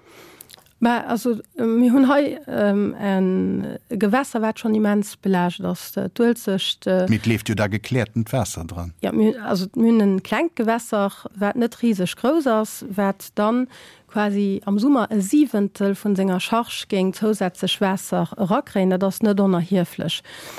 Speaker 6: Also wir haben heute ein Gewässer, das schon immens belegt ist. Dulsicht.
Speaker 5: Mit lebt ja da geklärten Wasser dran?
Speaker 6: Ja, also wir haben ein kleines Gewässer, das nicht riesig groß ist, das dann quasi am Sommer ein 7. von seiner Charge gegen zusätzlich Wasser rausrennen. Das ist nicht unerheblich.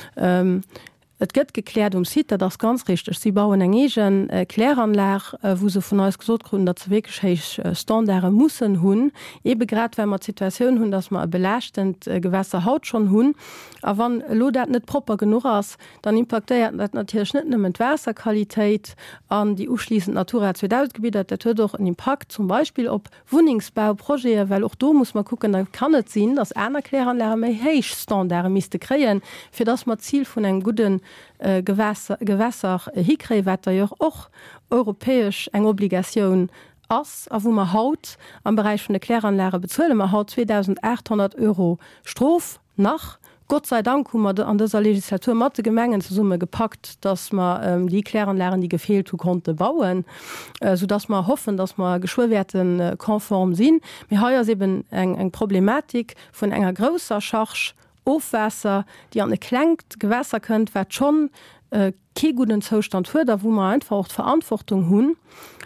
Speaker 6: Et gëtt geklärt Site, das ganz richtig. Sie bauen eng egen Kläranlage, wo se vun aus gesotgrund, dat ze wegich Standarde mussssen hunn. Ebe grad wenn man Situationun hunn, dats man belächtend Gewässer haut schon hunn. A wann lo dat net proper genug ass, dann impactéiert dat Naturschnitten mit Wasserqualität an die uschließend Natura 2000-Gebiet, dat huet doch einen Impact zum Beispiel op Wohnungsbauprojekte, weil auch do muss man gucken, dann kann net sinn, dass einer Kläranlage méi héich Standarde miste kreien, fir das man Ziel vun eng guten Gewässer hikré wetter joch och europäesch eng Obligationun ass a wo man haut am Bereich von der Kläranlage bezölle man haut 2.800 € Strof nach. Gott sei Dank haben wir an dieser Legislatur Mathe Gemengen zur Summe gepackt, dass man die Kläranlagen, die gefehlt konnte, bauen, sodass wir hoffen, dass wir Geschwurwerten konform sind. Wir haben ja eben eine Problematik von einer großer Charge Aufwasser, die an eine klenkt Gewässer könnt, wird schon keinen guten Zustand für, da wo man einfach auch Verantwortung haben.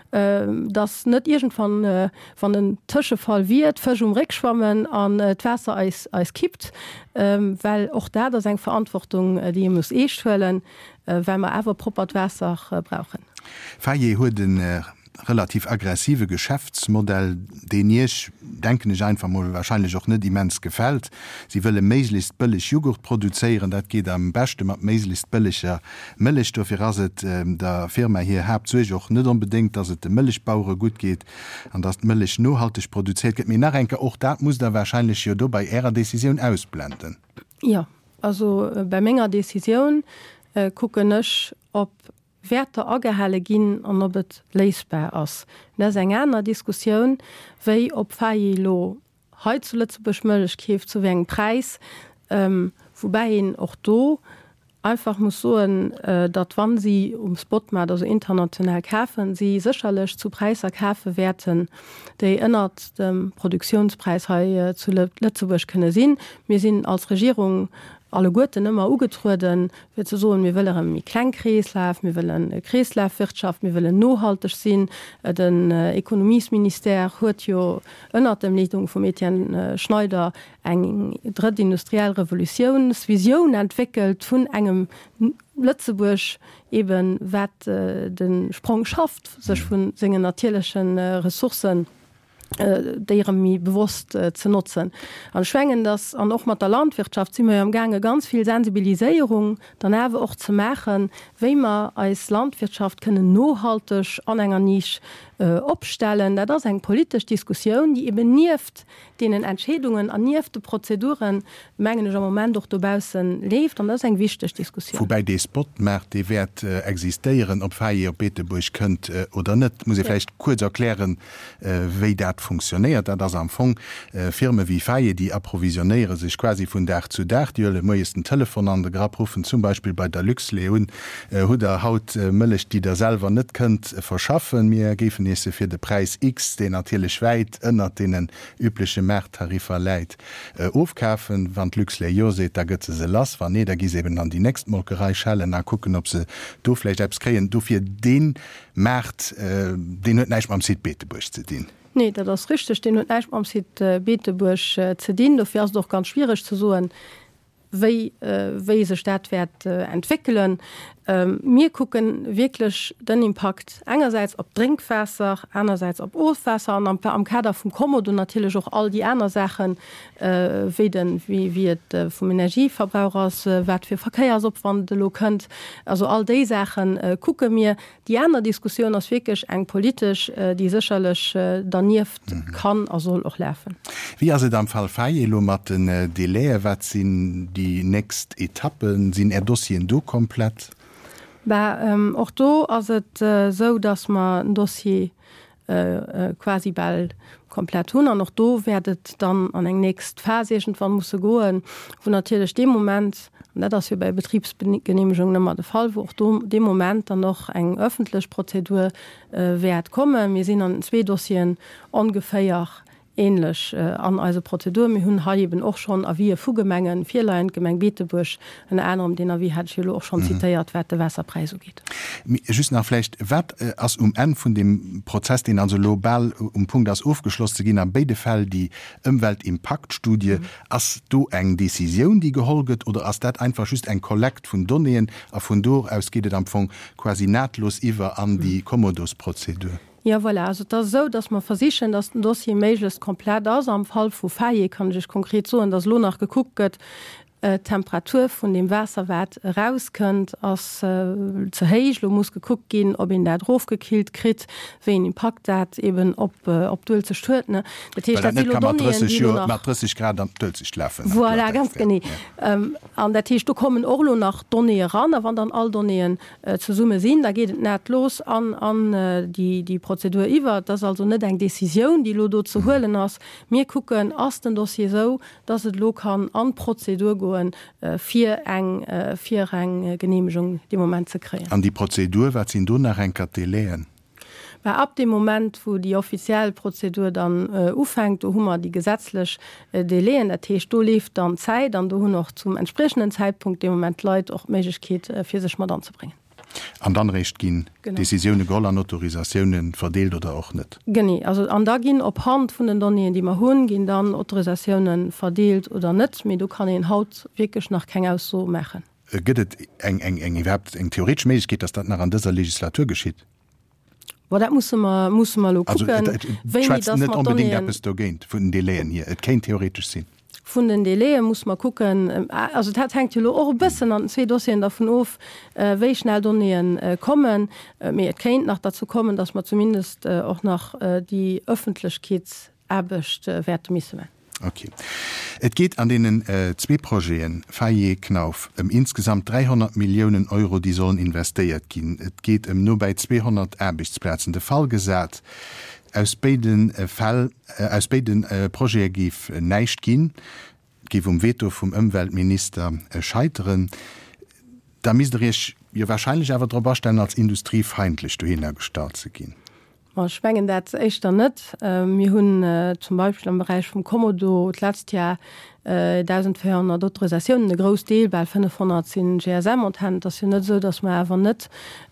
Speaker 6: Das net irgendwann van den Tischefall wird Fisch Rückschwammen an Wasser Eis kippt, weil auch da das eng Verantwortung die muss stellen, weil man einfach proper Wasser brauchen.
Speaker 5: Faye hue den relativ aggressive Geschäftsmodell, den ich denken ich einfach mal wahrscheinlich auch nicht immens gefällt. Sie wollen möglichst billig Joghurt produzieren, das geht am besten mit möglichst billiger Milchstoff. Der Firma hier habt ich auch nicht unbedingt, dass es den Milchbauern gut geht und dass die Milch nachhaltig produziert wird. Mir nachdenke, auch das muss da wahrscheinlich ja bei ihrer Decision ausblenden.
Speaker 6: Ja, also bei meiner Decision gucken ich, ob Werte agehalle ginn an ob et leisbar ass. Das eng einer Diskussion, wéi op Failo he zuletzt beschmëllech kief zu wegen Preis, wobei hin och do einfach muss so, dat wann sie Spotmat also international kaufen, sie sicherlich zu Preiser kaufe werden, déi ënnert dem Produktionspreis zu Lützeburg könne sinn. Wir sind als Regierung alle Guten immer ugetruden, wir zu so, wir wollen mit Kleinkreislauf, wir wollen Kreislaufwirtschaft, wir wollen nachhaltig sein. Den Ökonomieminister hat ja unter der Leitung von Etienne Schneider eine dritte industrielle Revolutionsvision entwickelt von einem Lützeburg eben, was den Sprung schafft, sich von seinen natürlichen Ressourcen mi bewusst zu nutzen. An schwngen das an auch mit der Landwirtschaft sind wir am Gange ganz viel Sensibilisierung dann auch zu machen, wie man als Landwirtschaft können nachhaltig an enger Nische opstellen, da das eng politische Diskussion, die eben nieft denen Entschädungen an niefte Prozeduren mengen Moment doch dobausen lebt, und das eng wichtig Diskussion.
Speaker 5: Wobei die Spotmärkte die Wert existieren, ob Faye Beeteburg könnt oder nicht, muss ich vielleicht kurz erklären, wie das funktioniert. Das am Anfang Firmen wie Faye, die approvisionieren sich quasi von Dach zu Dach, die alle meisten Telefon an der Grab rufen, zum Beispiel bei der Luxleon, oder Haut Milch, die da selber nicht könnt verschaffen. Wir geben für den Preis X, den natürlich weit ënner den übliche Markttarifer leit aufkaufen, wann Luxle Jo se, da gëtt se lass, war nee, da gi eben an die nächste Molkerei schellen na gucken, ob se du vielleicht Apps kreen, du fir den Markt den neich am Sid Beeteburg zu dienen.
Speaker 6: Nee, das richtig, den am Sid Beeteburg zu dienen, du fährst doch ganz schwierig zu suchen, wie se Stadtwert entwickeln. Wir gucken wirklich den Impact einerseits ob Trinkwasser, einerseits ob Oldwasser und am Kader vom Komodo natürlich auch all die anderen Sachen wie vom Energieverbrauchers wat für Verkehrsobwandel könnt. Also all die Sachen gucken mir. Die andere Diskussion ist wirklich eng politisch, die sicherlich daneft kann also auch laufen.
Speaker 5: Wie also am Fall Fayelo mat den Delay, wat sind die nächsten Etappen, sind Dossien do komplett?
Speaker 6: Auch do as het so, dass man ein Dossier quasi bald komplett hun noch do werdet dann an eng nächst Phasegent van muss goen, wo natürlich dem Moment net dass wir bei Betriebsgenehmigung immer der Fall, wo dem Moment dann noch eng öffentlich Prozedur wert komme. Wir sind an 2 Dossien ungefähr ähnlich an also Prozedur mir hunn ha eben auch schon a wie Fugemengen Vierlein Gemeng Beeteburg en anderem den wie hat auch schon zitiert wat der Wasserpreise geht.
Speaker 5: Just nachfle wat as en vun dem Prozess den also global Punkt as aufgeschlossen gin an beide Fall die Umweltimpaktstudie as du eng Decision die geholget oder as dat einfach just ein Kollekt vun Donnneen a vun do ausgeht am Fong quasi nahtlos iwwer an die Kommodosprozedur.
Speaker 6: Ja, voilà. Also das so, dass man versichern, dass ein Dossier möglichst komplett aus am Fall von Faye kann ich konkret so, und das Lohn nach geguckt wird, Temperatur von dem Wasserwert rauskönnt als zu heich, lo muss geguckt gehen, ob ihn der drauf gekillt krit, wen Impact dat eben ob du zerstört ne ganz genie an der Tisch du kommen Orlo nach Donne ran, wann dann all Donien zu Summe sinn, da geht net los an die Prozedur iwwer, das also net eng Decision, die Lodo zu holen ass mir gucken as den Dossier so, dass het lo kann an Prozedur goen vier eng Genehmigung die Moment ze kreen.
Speaker 5: An die Prozedur wat sind du nach en Karteleen?
Speaker 6: Weil ab dem Moment, wo die offizielle Prozedur dann ufängt, da hummer die gesetzlich Deleen der Tisch do lief dann Zeit, dann du noch zum entsprechenden Zeitpunkt dem Moment Leute auch Möglichkeit für sich mal dann zu bringen.
Speaker 5: An dann recht gin Decisionen go an Autorisationen verdeelt oder auch net.
Speaker 6: Genie, also an da gin op Hand vun den Donien, die man hunn, gin dann Autorisationen verdeelt oder net, mir du kann en Haut wirklich nach keng aus so mechen.
Speaker 5: Gëtt eng theoretisch méich geht, dass dat nach an dieser Legislatur geschieht.
Speaker 6: Well, dat muss man gucken,
Speaker 5: net unbedingt du géint vun den Deleen hier. Et kein theoretisch sinn.
Speaker 6: Von den Deleen muss man gucken, also dat hängt auch ein bisschen an zwei Dossien davon auf, wie schnell Donien kommen. Mir kennt nach dazu kommen, dass man zumindest auch nach die Öffentlichkeitserbecht Werte missen.
Speaker 5: Okay. Et geht an denen zwei Projekten Faye Knauf insgesamt 300 Millionen Euro, die sollen investiert gehen. Et geht nur bei 200 Arbeitsplätzen. Der Fall gesagt, aus beiden Projekten gif neicht gin, gif Veto vom Umweltminister scheiteren. Da mis ich wahrscheinlich aber darüber stellen, als industriefeindlich du hingestartet zu gehen.
Speaker 6: Schwngen dat echt net. Wir hunn zum Beispiel am Bereich vom Komodo letztes Jahr 1400 Autorisationen, de Gros Deel bei 500 sind GSM und haben das net so, dass man einfach net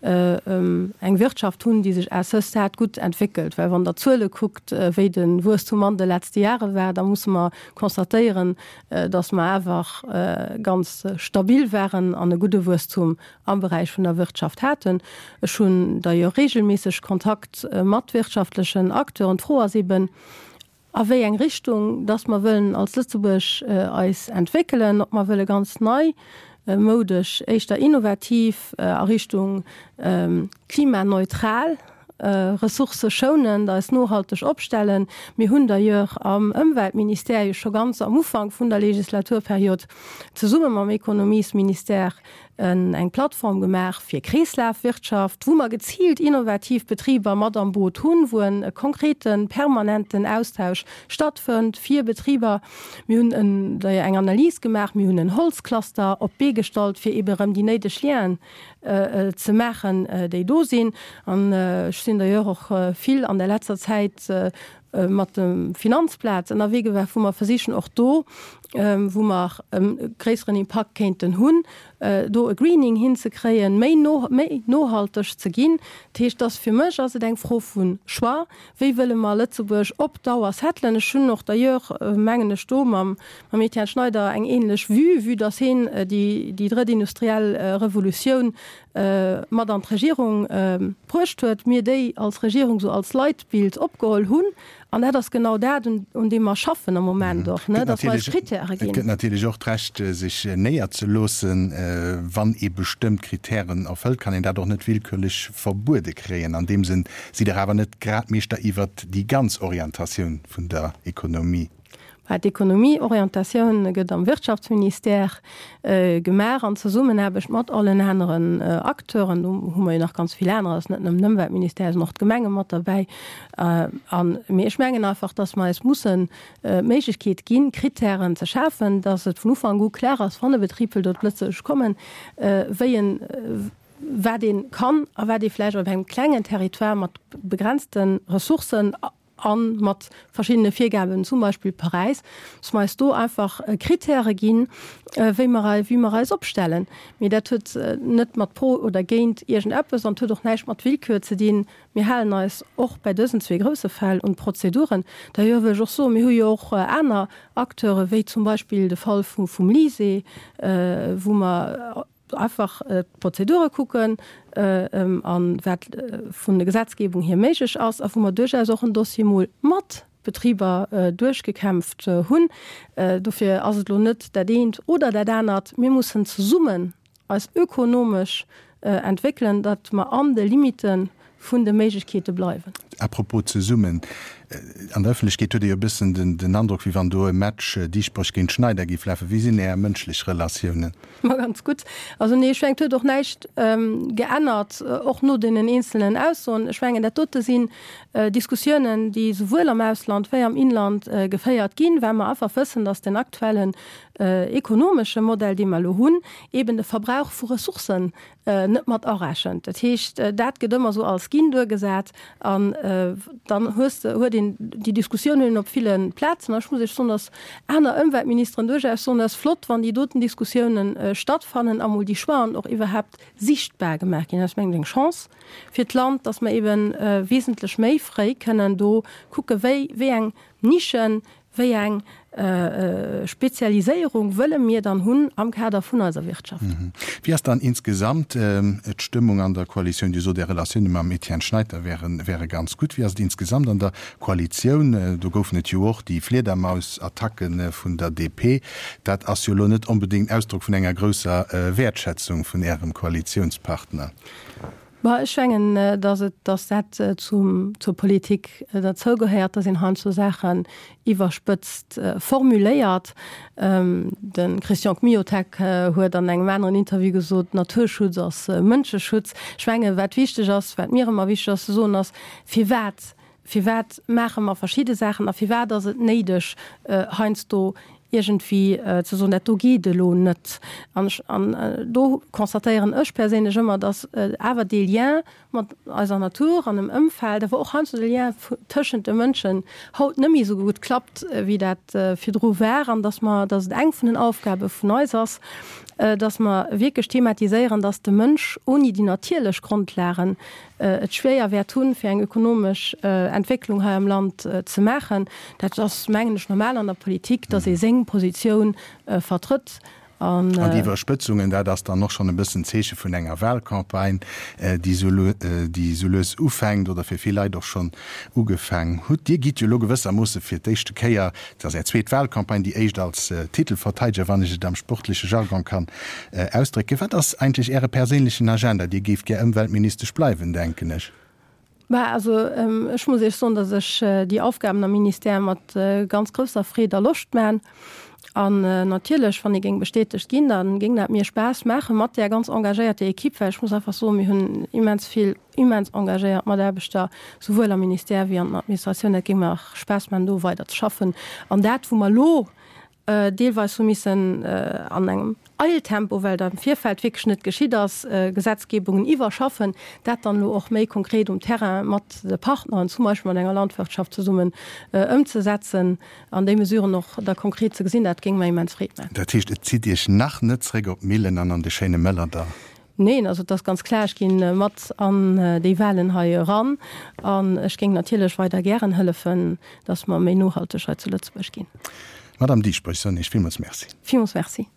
Speaker 6: eng Wirtschaft tun, die sich als gut entwickelt. Weil wann der Zule guckt, wie den Wurstummann der letzten Jahre war, da muss man konstatieren, dass man einfach ganz stabil wären an eine gute Wurstum am Bereich von der Wirtschaft hätten. Schon da ja regelmäßig Kontakt mit wirtschaftlichen Akteuren froh eben, aéi eng Richtung, dass man wollen als Lützeburg als entwickeln, ob man will ganz neu modisch echtter innovativ Richtung klimaneutral Ressource schonen, da es nachhaltig opstellen. Mir hun am Umweltministerium schon ganz am Anfang von der Legislaturperiode zu Summe am Ökonomiesminister eng Plattform gemacht für Kreislaufwirtschaft, wo man gezielt innovativ Betriebe mat am Boot hun, wo en konkreten permanenten Austausch stattfind. 4 Betrieber hun eng Analyse gemacht, mir hun en Holzcluster op Begestalt fir eben die neide Schlieren zu machen, déi do sinn. Sind ja auch viel an der letzter Zeit mat dem Finanzplatz an der Wege wo man versichen auch do, wo man gräeren Impact kenten hunn, do Greening hinzukreien, méi nohaltig zu gin, Techt das für mech as denk froh vun schwa, wie will mal Lützeburg opdauers hetlen schon noch der mengene Stom am Mädchen Schneider eng ähnlich wie das hin die dritte industrielle Revolution mat an Regierung brucht huet mir déi als Regierung so als Leitbild opgeholt hunn, an das genau dat und dem man schaffen am Moment doch
Speaker 5: natürlich auch recht sich näher zu losen, wann e bestimmt Kriterien erfüllt, kann da doch net willkürlich Verbote kreen. An dem sind sie der aber net gradmeester iwwer die ganz Orientation von der Ökonomie.
Speaker 6: Bei der Ökonomieorientation gëtt am Wirtschaftsminister gemer an ze summen habech mat allen anderen Akteuren, hummer noch ganz viel anderes net dem Umweltminister noch Gemenge mat dabei an mir schmengen einfach, dass man es mussssen Meichkeet ginn Kriterien ze schaffen, dass het vun Ufang gut klar ass van de Betriebel dort plötzlich kommen, wer den kann, a wer die Fläche op einem klengen Territoire mat begrenzten Ressourcen an mat verschiedene Viergaben, zum Beispiel Paris, das meist du einfach Kriterien gin, wie man als opstellen. Mir der tut net mat pro oder geint irgend Appppe, an doch neich mat Willkür ze dienen. Mir hellen als och bei dëssen zwei große Fälle und Prozeduren. Da jowe joch so mir hu auch einer Akteure, wie zum Beispiel de Fall vom Lycée, wo man einfach Prozedure gucken an vun der Gesetzgebung hier méigch ass, wo man durchaus auch ein Dossier mat Betrieber durchgekämpft hun dafür as net der dient oder der dannert wir müssen zu summen als ökonomisch entwickeln, dat man an de Limiten vun de Mekete bleiwen.
Speaker 5: Apropos zu summen, an der Öffentlichkeit hat ihr bisschen den Eindruck, wie wenn du ein Match die Sprich gegen Schneider gifläfe, wie sind eher menschliche Relationen?
Speaker 6: Mal ganz gut. Also nee, schwenkt doch nicht geändert, auch nur den einzelnen aus und schwenken der Tote sind Diskussionen, die sowohl am Ausland wie am Inland gefeiert gehen, weil wir einfach wissen, dass den aktuellen ökonomische Modell, die wir haben, eben den Verbrauch von Ressourcen nicht mehr erreichen. Das heißt, das geht immer so als Kind durchgesagt, und dann hört die Diskussionen auf vielen Plätzen. Ich muss sagen, dass einer Umweltministerin durchaus so das flott, wenn die dort Diskussionen stattfinden, einmal die Schwachen auch überhaupt sichtbar gemerkt. Das ist eine Chance für das Land, dass wir eben wesentlich mehr frei können, da gucken, wie ein Nischen, wie ein Spezialisierung wëlle mir dann hunn am Kader vun aiser Wirtschaft.
Speaker 5: Wie ist dann insgesamt et Stimmung an der Koalition, die so der Relation ma mit Herrn Schneider wäre ganz gut. Wie ist insgesamt an der Koalition? Du gouf net jo och die Fledermaus-Attacken vun der DP, dat as jo net unbedingt Ausdruck vun enger grösser Wertschätzung vun Ihrem Koalitionspartner.
Speaker 6: Ich schwingen, dass zur Politik dazugehört, dass in Hand zu Sachen überspitzt formuliert. Den Christian Miotek hat an einem anderen Interview gesagt, Naturschutz als Menschenschutz. Schwingen, was wichtig ist, was mir immer wichtig ist, so dass für was machen wir verschiedene Sachen, für was das ist neidisch, heinst du irgendwie zu so net Gide lohn net do konstatieren ech persinnch immer, dass awer de Lien mat als Natur an dem Umfeld, der wo auch han de Lien tschen de Mënschen haut nimi so gut klappt, wie dat firdro wären, dass man das eng vu den Aufgabe vun Neusers, dass man wirklich thematisieren, dass de Mënsch oni die natierlech Grundlehren et schwéier wär tun fir eng ökonomisch Entwicklung ha im Land zu machen, dat das mengglisch normal an der Politik, dass se seng Position vertritt. An
Speaker 5: die Überspitzungen, da das dann noch schon ein bisschen Zeche von enger Wahlkampagne, die so ufängt oder für viele doch schon ugefangen. Dir geht ja gewisser muss für die erste Keier, dass zweite Wahlkampagne, die echt als Titelverteidiger, wenn ich es am sportlichen Jargon kann, ausdrücke. Was das eigentlich ihre persönliche Agenda, die gibt ja umweltministerisch bleiben, denke ich.
Speaker 6: Also ich muss sagen, dass ich die Aufgaben am Ministerium mit ganz großer Freude Lust machen. Und natürlich, wenn ich ging bestätigt ging, dann ging das mir Spaß machen. Mit der ganz engagierte Equipe, weil ich muss einfach so, wir haben immens engagiert mit der Bestatter, sowohl am Ministerium wie an der Administration. Es ging mir auch Spaß, man da weiter zu schaffen. Und das, wo wir teilweise so müssen an einem Eiltempo, weil da im Vierfeld wirklich nicht geschieht, dass Gesetzgebungen überschaffen, das dann auch mehr konkret Terrain mit den Partnern, zum Beispiel mit einer Landwirtschaft zusammen umzusetzen, an den Mesuren noch da konkret zu gesehen, das ging mir immens Frieden.
Speaker 5: Das heißt, es zieht dich nach nicht zurück auf Mehlen an die schönen Möller da?
Speaker 6: Nein, also das ist ganz klar, ich gehe mit an die Wellen hier ran und ich ging natürlich weiter gerne helfen, dass wir mehr Nachhaltigkeit zu Lützburg gehen.
Speaker 5: Madame Diesprechson, ich vielmals merci.
Speaker 6: Vielmals merci.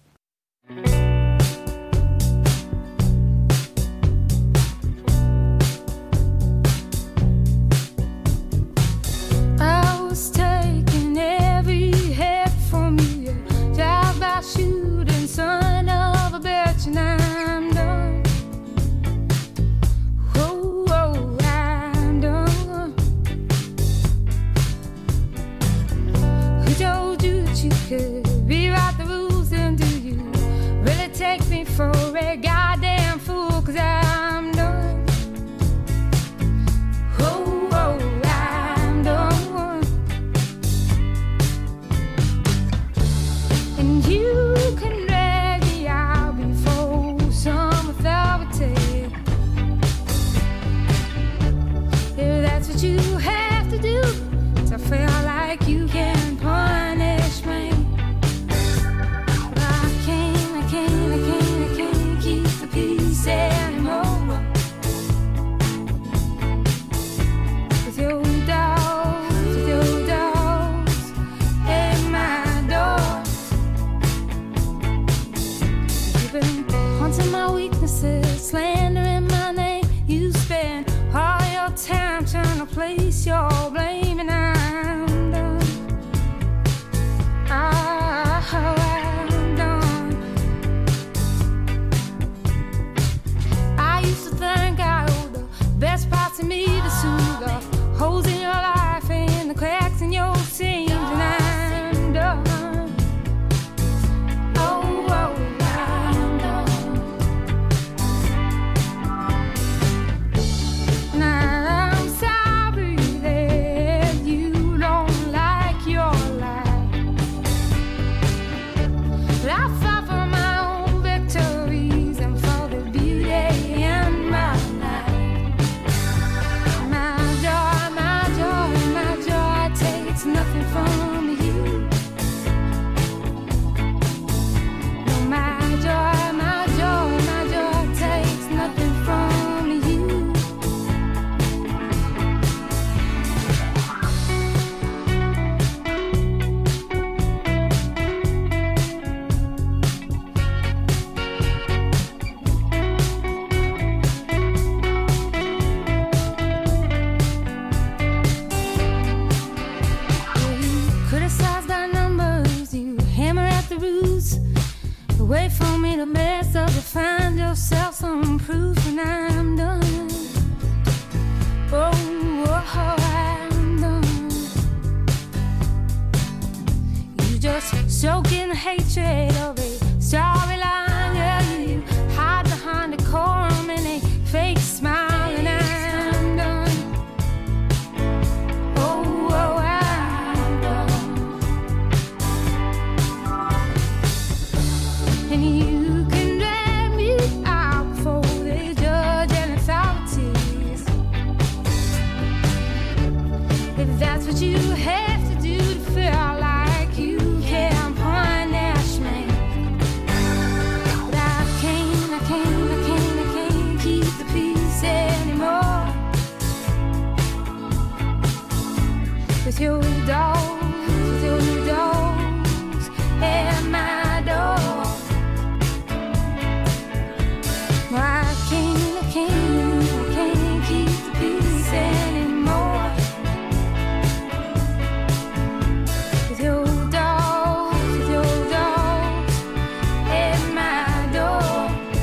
Speaker 7: For a goddamn fool, 'cause I'm done. Oh, I'm done. And you can drag me out before some authority. If that's what you have to do, to feel like you can punish me. Anymore. With your dogs at my door. You've been haunting my weaknesses, slandering my name. You spend all your time trying to place your blame, and I'm done. hatred of a storyline. Yeah, you hide behind a decorum and a fake smile, and I'm done. Oh, I'm done. And you can drag me out before the judge and authorities. If that's what you have to do to feel like you can punish me. But I can't keep the peace anymore. With your dogs at my door. Well, I can't keep the peace anymore. With your dogs at my door.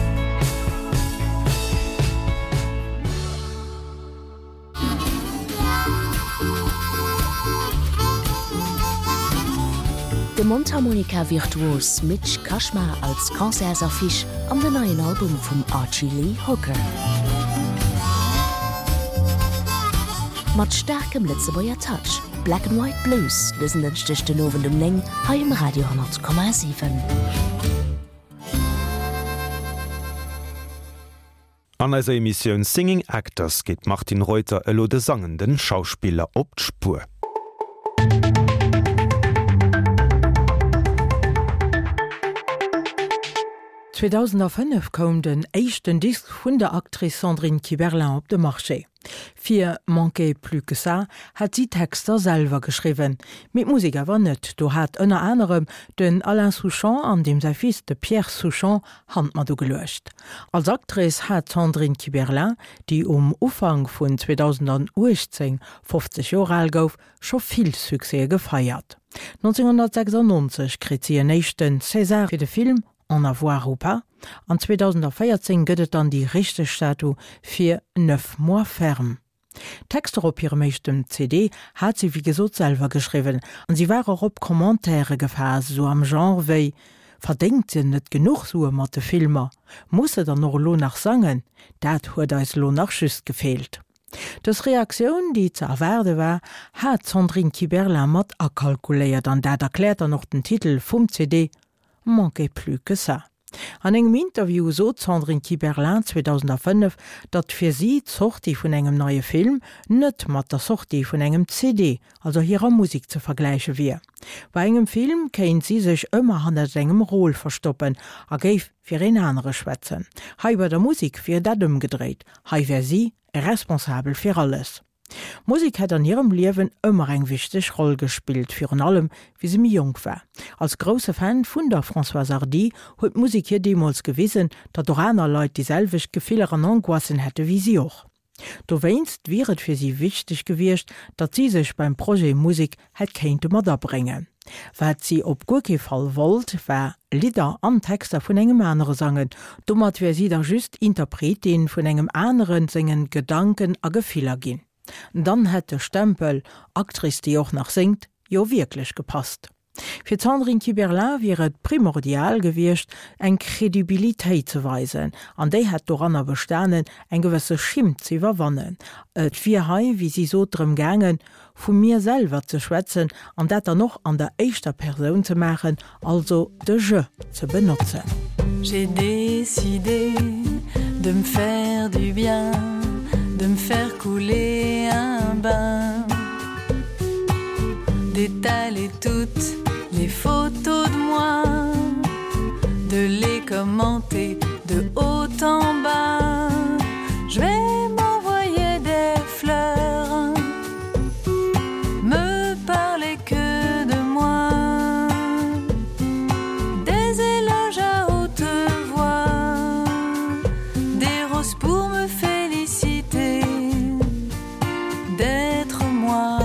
Speaker 4: De Mundharmonika-Virtuos Mitch Kashmar als Konzertaffiche an dem neuen Album vom Archie Lee Hooker. Mit starkem Litzebäuer Touch, Black and White Blues lösen den Stich den Oven um Länge hier im Radio 100,7.
Speaker 1: An eiser Emission Singing Actors geht Martin Reuter elo de sangenden Schauspieler op d'Spur.
Speaker 8: In 2005 kom den éischten Disk vun der Aktrice Sandrine Kiberlin op de Marché. Fir Manqué plus que ça hat sie Texter selber geschrieben. Mit Musik awer net, do hat ënner anderem den Alain Souchon an dem sei Fils de Pierre Souchon Hand mat do gelecht. Als Aktrice hat Sandrine Kiberlin, die Ufang vun 2018 50 Jahre alt gouf, scho viel Succès gefeiert. 1996 krit sie en nächten César fir de Film En avoir ou pas. An 2014 gëtt an die Richterstatue fir 9 mois ferm. Texter op ihre meestem CD hat sie wie gesot selber geschrieben, an sie war op Kommentare gefa so am genre wei verdenkt sie net genug so mat de Filmer, musse dann noch lo nach sangen, dat huet als lo nach schüst gefehlt. Das Reaktion, die zu erwerde war, hat Sandrine Kiberlin mat akalkuléiert, an dat erklärt noch den Titel vum CD Manqué plus que ça. An engem Interview so Sandrine Kiberlin 2005, dat fir sie d'Sortie vun engem neue Film net mat der Sortie vun engem CD, also ihrer Musik zu vergleiche wie. Bei engem Film kenint sie sich ëmmer an engem Roll verstoppen, a géif fir en andere schwätzen. Hei bei der Musik fir dat gedreht, hei wär sie responsabel fir alles. Musik hat an ihrem Leben immer eng wichtig Rolle gespielt, für allem, wie sie mir jung war. Als große Fan von der Françoise Hardy hat Musik hier damals gewissen, dass doch einer Leute dieselbe Gefühle an Angoissen hätte wie sie auch. Du weinst, wäre für sie wichtig gewesen, dass sie sich beim Projekt Musik hat kein Mörder bringen. Was sie ob guten Fall wollte, war Lieder an Texte von einem anderen sangen, damit wäre sie dann just Interpretin von einem anderen singen Gedanken a Gefühle gehen. Dann hätte Stempel, Aktrice, die auch noch singt, jo wirklich gepasst. Für Sandrine Kiberlin wäre primordial gewesen, eine Kredibilität zu weisen, an die hat daran bestanden, ein gewisses Schimm zu überwannen. Et wir hei, wie sie so drum gängen, von mir selber zu schwätzen, und das dann noch an der ersten Person zu machen, also de je zu benutzen.
Speaker 9: J'ai décidé de me faire du bien, de me faire couler un bain, d'étaler toutes les photos de moi, de les commenter de haut en bas. Je vais m'envoyer des fleurs, me parler que de moi, des éloges à haute voix, des roses pour me féliciter d'être moi.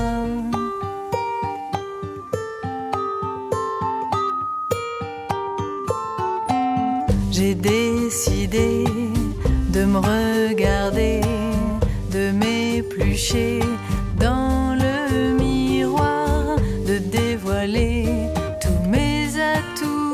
Speaker 9: J'ai décidé de me regarder, de m'éplucher dans le miroir, de dévoiler tous mes atouts.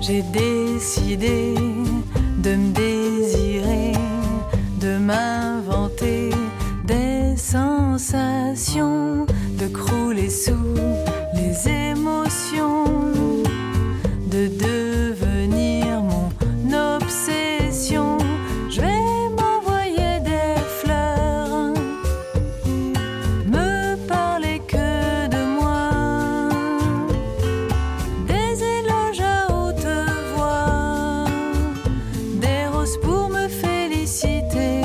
Speaker 9: J'ai décidé de me désirer, de m'inventer des sensations, de crouler sous les émotions, de devenir mon obsession. Je vais m'envoyer des fleurs, me parler que de moi, des éloges à haute voix, des roses pour me féliciter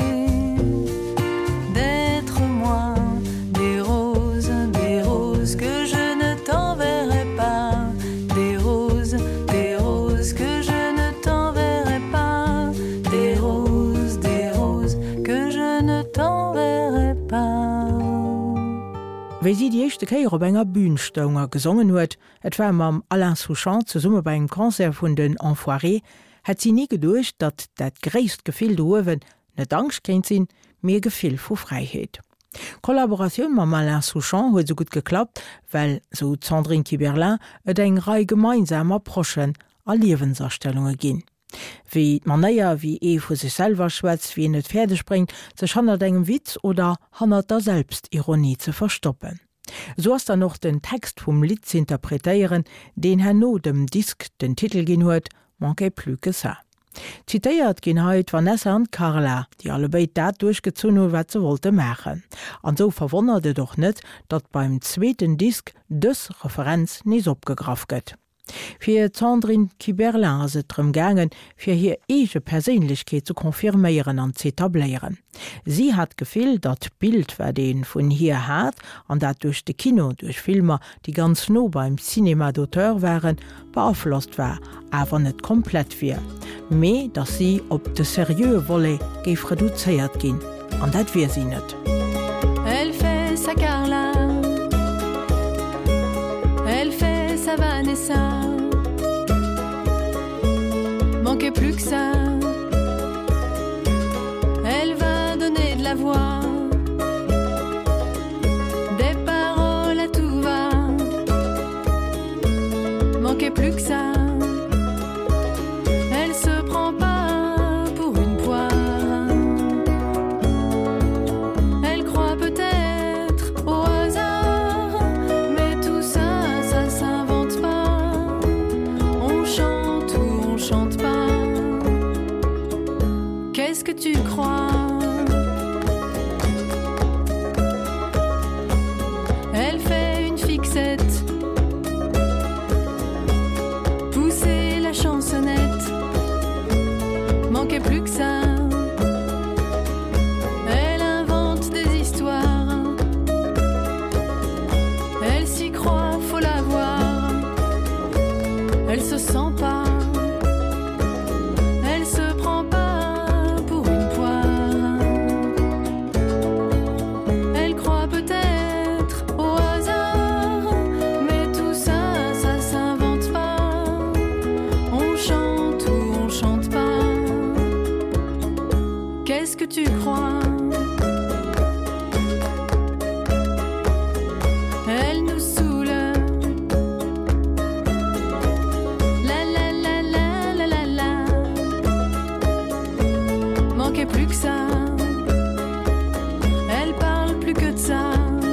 Speaker 9: d'être moi, des roses que je ne t'enverrai pas, des roses que je ne t'enverrai pas, des roses que je ne t'enverrai pas.
Speaker 8: Wéi sie die echte Kéier op enger Bühnenstaunger gesungen huet, et war mam Alain Souchon ze Summe beim Konzert vun den Enfoiré, hat sie nie gedurcht, dat dat gréist Gefil de Uwen net Angst kenint sinn, mé Gefil vu Freiheet. Kollaboratioun mam Alain Souchon huet so gut geklappt, well, so Sandrine Kiberlin, et eng Rei gemeinsamer Prochen a Liewenserstellunge ginn. Wie man neier wie vu sichselver schwätzt wie net Pferde springt, sech hannner engem Witz oder hannner der Selbstironie ze verstoppen. So ass da noch den Text vum Lied ze interpretéieren, den Herr no dem Disk den Titel gin huet, manqué plus que ça. Zitéiert ginn heit Vanessa an Carla, die allebéit dat durchgezun hun wat ze wollte machen. An so verwonnerte doch net, dat beim zweeten Disk dës Referenz nies opgegraf gëtt. Fir Sandrine Kiberlin as et drum gangen, fir hir ege Perséinlichkeet zu konfirméieren an ze etablieren. Sie hat gefil, dat Bild wär den vun hier hat, an dat durch de Kino, durch Filmer, die ganz no beim Cinema d'auteur wären, beaflosst wär, awer net komplett wie. Mei, dat sie op de serieux Wolle géif reduzéiert ginn. An dat wie sie net.
Speaker 9: Elle fait sa Carla, elle fait sa Vanessa, manquait plus que ça. Elle va donner de la voix, des paroles à tout va, manquait plus que ça. Elle se prend pas pour une poire, elle croit peut-être au hasard, mais tout ça, ça s'invente pas. On chante ou on chante pas. Qu'est-ce que tu crois? Elle fait une fixette, pousser la chansonnette, manquait plus que ça. Elle invente des histoires, elle s'y croit, faut la voir. Elle se sent pas, elle se prend pas pour une poire. Elle croit peut-être au hasard, mais tout ça, ça s'invente pas. On chante ou on chante pas. Qu'est-ce que tu crois? Elle nous saoule. La la la la la la la. Manquait plus que ça. Elle parle plus que de ça.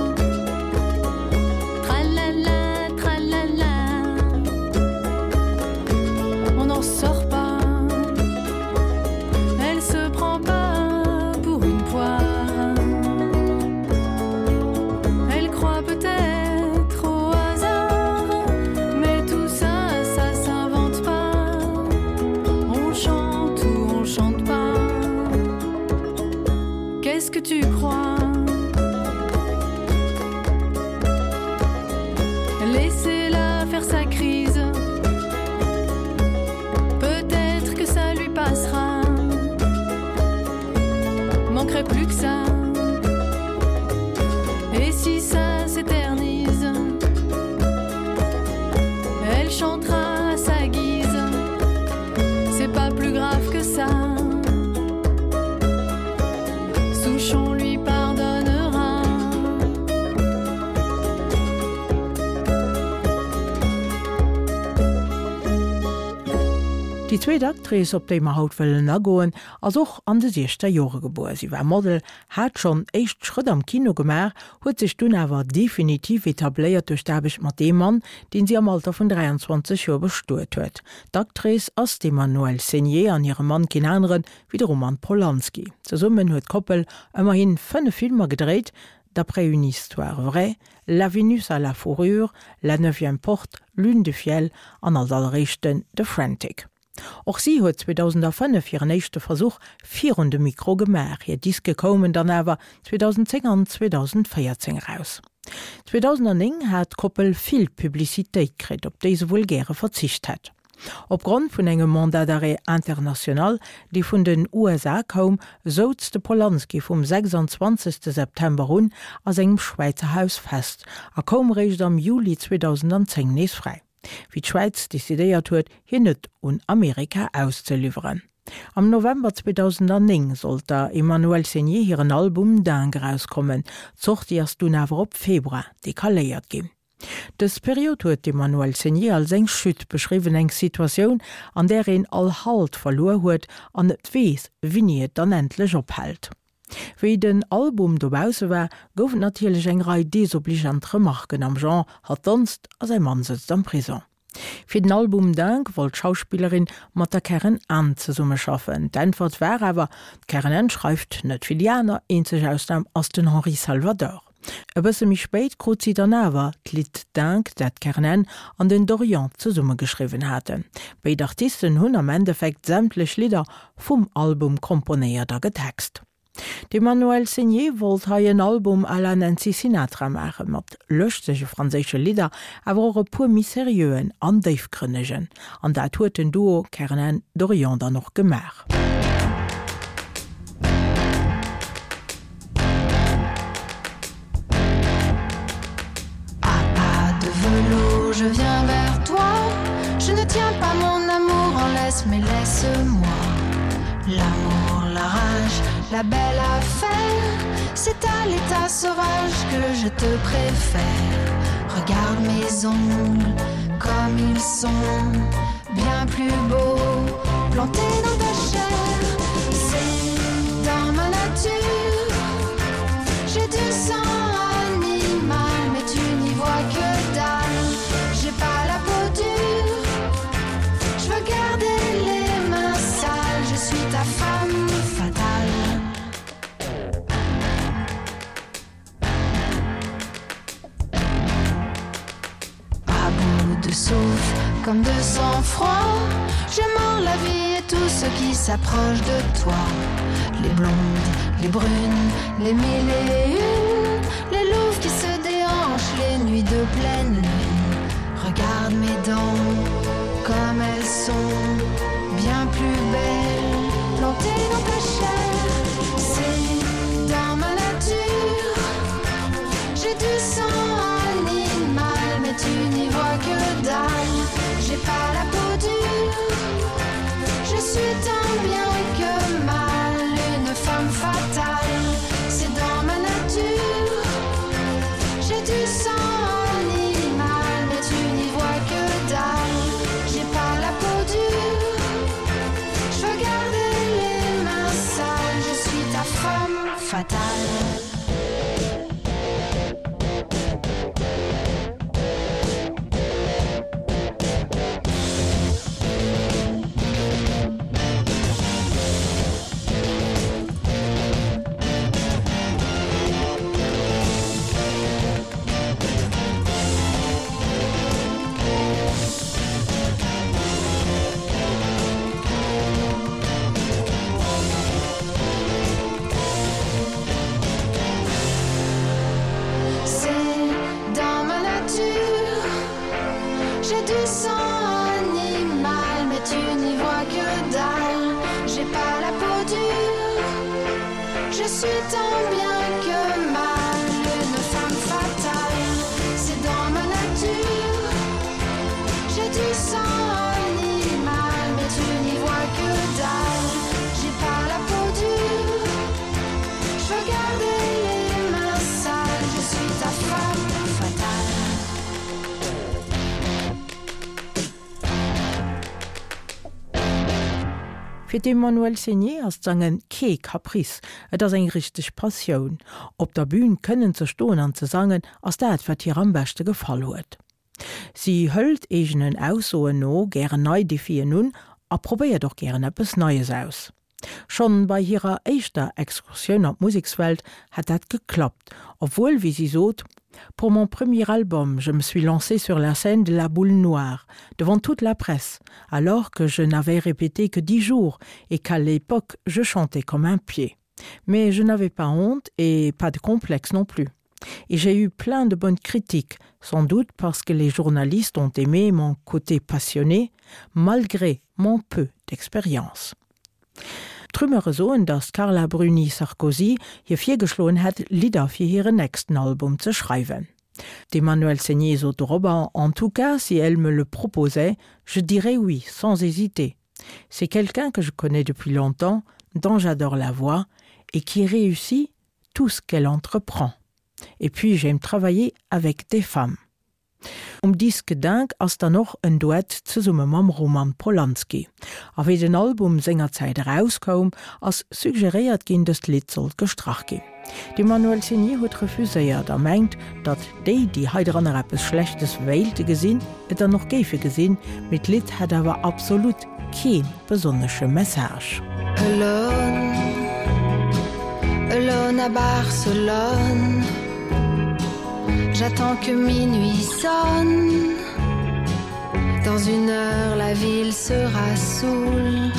Speaker 9: Tralala, tralala. On n'en sort pas. Elle se prend pas pour une poire. Elle croit peut-être au hasard, mais tout ça, ça s'invente pas. On chante ou on chante pas. Qu'est-ce que tu crois? Laissez-la faire sa crise. Peut-être que ça lui passera. Manquerait plus que ça. Et si ça s'éternise, elle chantera à sa guise. C'est pas plus grave que ça. Souchon lui pardonnera.
Speaker 8: Die zweite Aktrice, op déi ma haut wëllen agoen, ass och an de 6. Jore geboren. Sie war Model, hat schon echt Schritt am Kino gemer, huet sich dun awer definitiv etabliert durch derbeg mat dem Mann, den sie am Alter von 23 Joer bestuert huet. D'Aktrice ass de Manuel Seigné an ihrem Mann kin anderen wie de Roman Polanski. Ze summen huet Koppel ëmmerhin 5 Filmer gedreht, d'après une histoire vraie, La Venus à la Fourrure, La 9e Porte, Lune de Fiel an als allerrechten The Frantic. Och sie huet 2005 fir nächte Versuch 4 Mikro gemer, hier dies gekommen dann awer 2010 an 2014 raus. 2009 hat Koppel viel Publizitéit krit, op déise vulgäre verzicht hat. Opgrund vun engem Mandat d'arrêt international, die vun den USA kom, soz de Polanski vum 26. September run as engem Schweizer Haus fest, kom recht am Juli 2010 nees frei. Wie d'Schweiz desideiert huet, hin net un Amerika auszuliveren. Am November 2009 sollt der Emmanuel Seigné hireieren Album Dang rauskommen, zocht erst dun awer op Februar, dekaléiert gin. Des Period huet Emmanuel Seigné als eng Schütt beschriwen eng Situationun, an der en all Halt verlor huet an net wees, wie nieet dann endlech ophält. Wéi den Album dobause war, goufen natielech eng Rei désobligant Remarken am Jean hat donst as ein Mann sitzt am Prison. Fir den Album Dank wollt Schauspielerin mat der Karen an ze summe schaffen. D'Antwort war awer, Karen Ann schreift net Filianer enzech Ausnam ass den Henri Salvador. E bësse mich spéit krut sie dann awer d'Lied Dank, dat Karen Ann an den Dorian ze summe geschriven hatten. Bei d'Artisten hunn am Endeffekt sämtlech Lieder vum Album komponéiert a getext. De Manuel Seigné wollt ha een Album à la Nancy Sinatra machen, mat lochtege franzésche Lieder awer e puer miserieuen an deifkrënnegen. An dat huet den Duo Karen Ann Dorian da noch gemer.
Speaker 9: Je viens vers toi, je ne tiens pas mon amour en laisse, mais laisse-moi. L'amour, la rage, la belle affaire, c'est à l'état sauvage que je te préfère. Regarde mes ongles comme ils sont, bien plus beaux, plantés dans ta chair. C'est dans ma nature, j'ai du sang animal, mais tu n'y vois que dalle. J'ai pas la peau dure, je veux garder les mains sales, je suis ta femme fatale. À bout de souffle, comme de sang-froid, je mords la vie et tout ce qui s'approche de toi. Les blondes, les brunes, les mille et une, les louves qui se déhanchent, les nuits de pleine lune. Regarde mes dents, comme elles sont, bien plus belles, plantées dans ta chair. C'est dans ma nature, j'ai du sang animal, mais tu n'y vois que dalle. J'ai pas la peau dure, je suis tant bien que mal, une femme fatale. C'est dans ma nature, j'ai du sang. Fatale.
Speaker 8: Für den Manuel Seigné as sangen Ke Caprice, et ass eng richtig Passioun. Op der Bühn können ze stoen an ze sangen, ass dat wat hier am beste gefall huet. Sie höllt egenen Aussoen no gern neu defie nun, a probiert doch gern etwas Neues aus. Schon bei ihrer eischter Exkursion op Musikswelt hat dat geklappt, obwohl, wie sie sot, pour mon premier album, je me suis lancé sur la scène de la boule noire, devant toute la presse, alors que je n'avais répété que 10 jours et qu'à l'époque, je chantais comme un pied. Mais je n'avais pas honte et pas de complexe non plus. Et j'ai eu plein de bonnes critiques, sans doute parce que les journalistes ont aimé mon côté passionné, malgré mon peu d'expérience. Trümmere soen, dass Carla Bruni Sarkozy hier geschloen hat, Lieder für ihren nächsten Album zu schreiben. D'Emmanuel Seigné so darüber, en tout cas, si elle me le proposait, je dirais oui, sans hésiter. C'est quelqu'un que je connais depuis longtemps, dont j'adore la voix, et qui réussit tout ce qu'elle entreprend. Et puis, j'aime travailler avec des femmes. Dies Gedank ass da noch en Duett zusumme mam Roman Polanski. A wie den Album Sängerzeit rauskom, ass suggeriert ginn des Lied soll gestrach gin. Die Manuel Seigné huet refuséiert meint, dat déi die heideranner appes schlechtes Wählte gesinn, et er noch géfe gesinn, mit Lied hat awer absolut keen besonnesche Message.
Speaker 9: Alone, alone à Barcelone. J'attends que minuit sonne. Dans 1 heure, la ville sera saoule.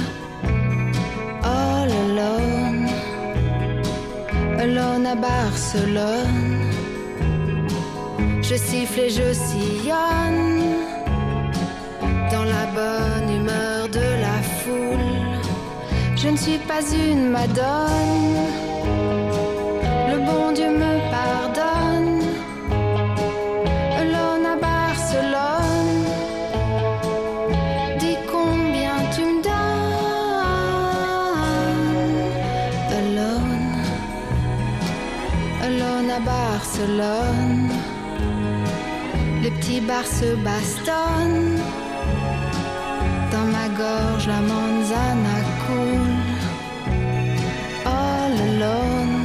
Speaker 9: All alone, alone à Barcelone. Je siffle et je sillonne dans la bonne humeur de la foule. Je ne suis pas une madone. Le bon Dieu me pardonne. Barcelone, les petits bars se bastonnent. Dans ma gorge, la manzana coule. All alone,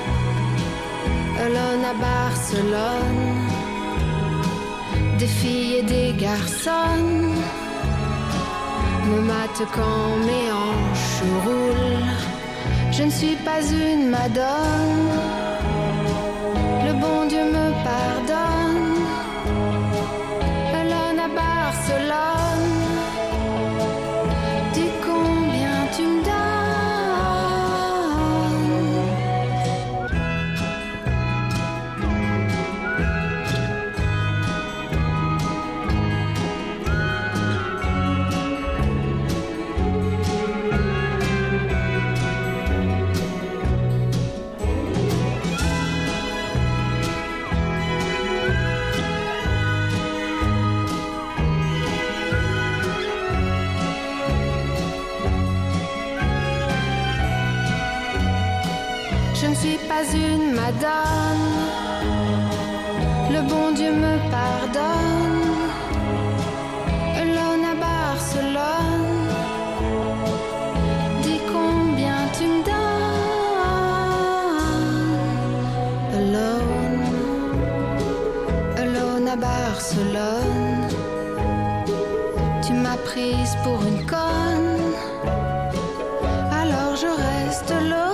Speaker 9: alone à Barcelone. Des filles et des garçons me matent quand mes hanches roulent. Je ne suis pas une madone. Le bon Dieu me pardonne. Alone à Barcelone. Dis combien tu me donnes. Je ne suis pas une madone. Le bon Dieu me pardonne. Alone à Barcelone. Dis combien tu me donnes. Alone, alone à Barcelone. Tu m'as prise pour une conne. Alors je reste alone.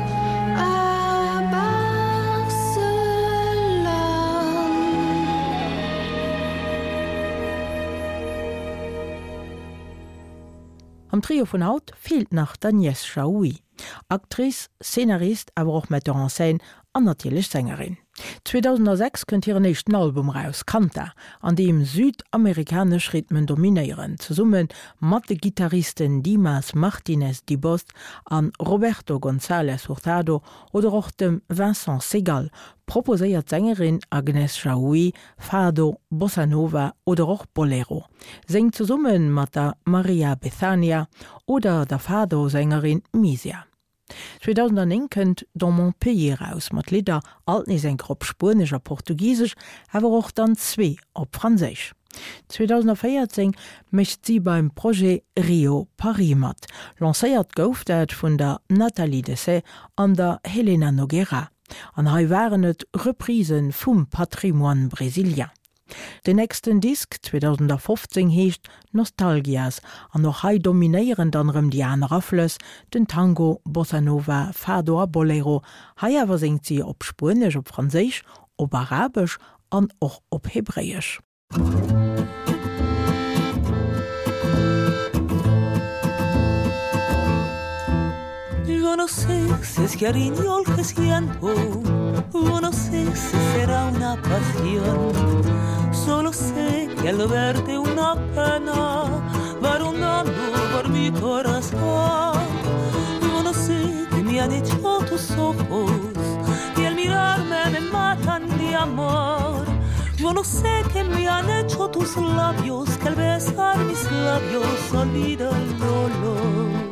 Speaker 8: Am Trio von Haut fehlt nach Agnès Jaoui, Aktrice, Szenarist, aber auch Metteur en scène und natürlich Sängerin. 2006 könnt ihr nächsten Album raus, Canta, an dem südamerikanische Rhythmen dominieren, zusammen mit den Gitarristen Dimas Martinez Dibost und Roberto González Hurtado oder auch dem Vincent Segal, proposiert Sängerin Agnès Jaoui, Fado, Bossa Nova oder auch Bolero. Singt zusammen mit der Maria Bethania oder der Fado-Sängerin Misia. 2009 kënnt Dans mon pays raus mat Lieder alt nie en gropp Spanisch a Portugiesisch, hawer och dann 2 op Franzisch. 2014 mecht sie beim Projekt Rio Paris mat. Lancéiert gouf dat vun der Nathalie Dessay an der Helena Noguera. An hai waren et Reprisen vum Patrimoine Brasilien. Den nächsten Disk 2015 heescht Nostalgias an noch hai dominéieren anderem Diana Raffles, den Tango, Bossa Nova, Fado, Bolero, hai awer singt sie op Spanisch, op Französisch, op Arabisch an och op Hebräisch.
Speaker 10: Yo no sé si es cariño el que siento, yo no sé si será una pasión, solo sé que al verte una pena va rondando por mi corazón. Yo no sé qué me han hecho tus ojos, y al mirarme me matan de amor. Yo no sé qué me han hecho tus labios, que al besar mis labios olvida el dolor.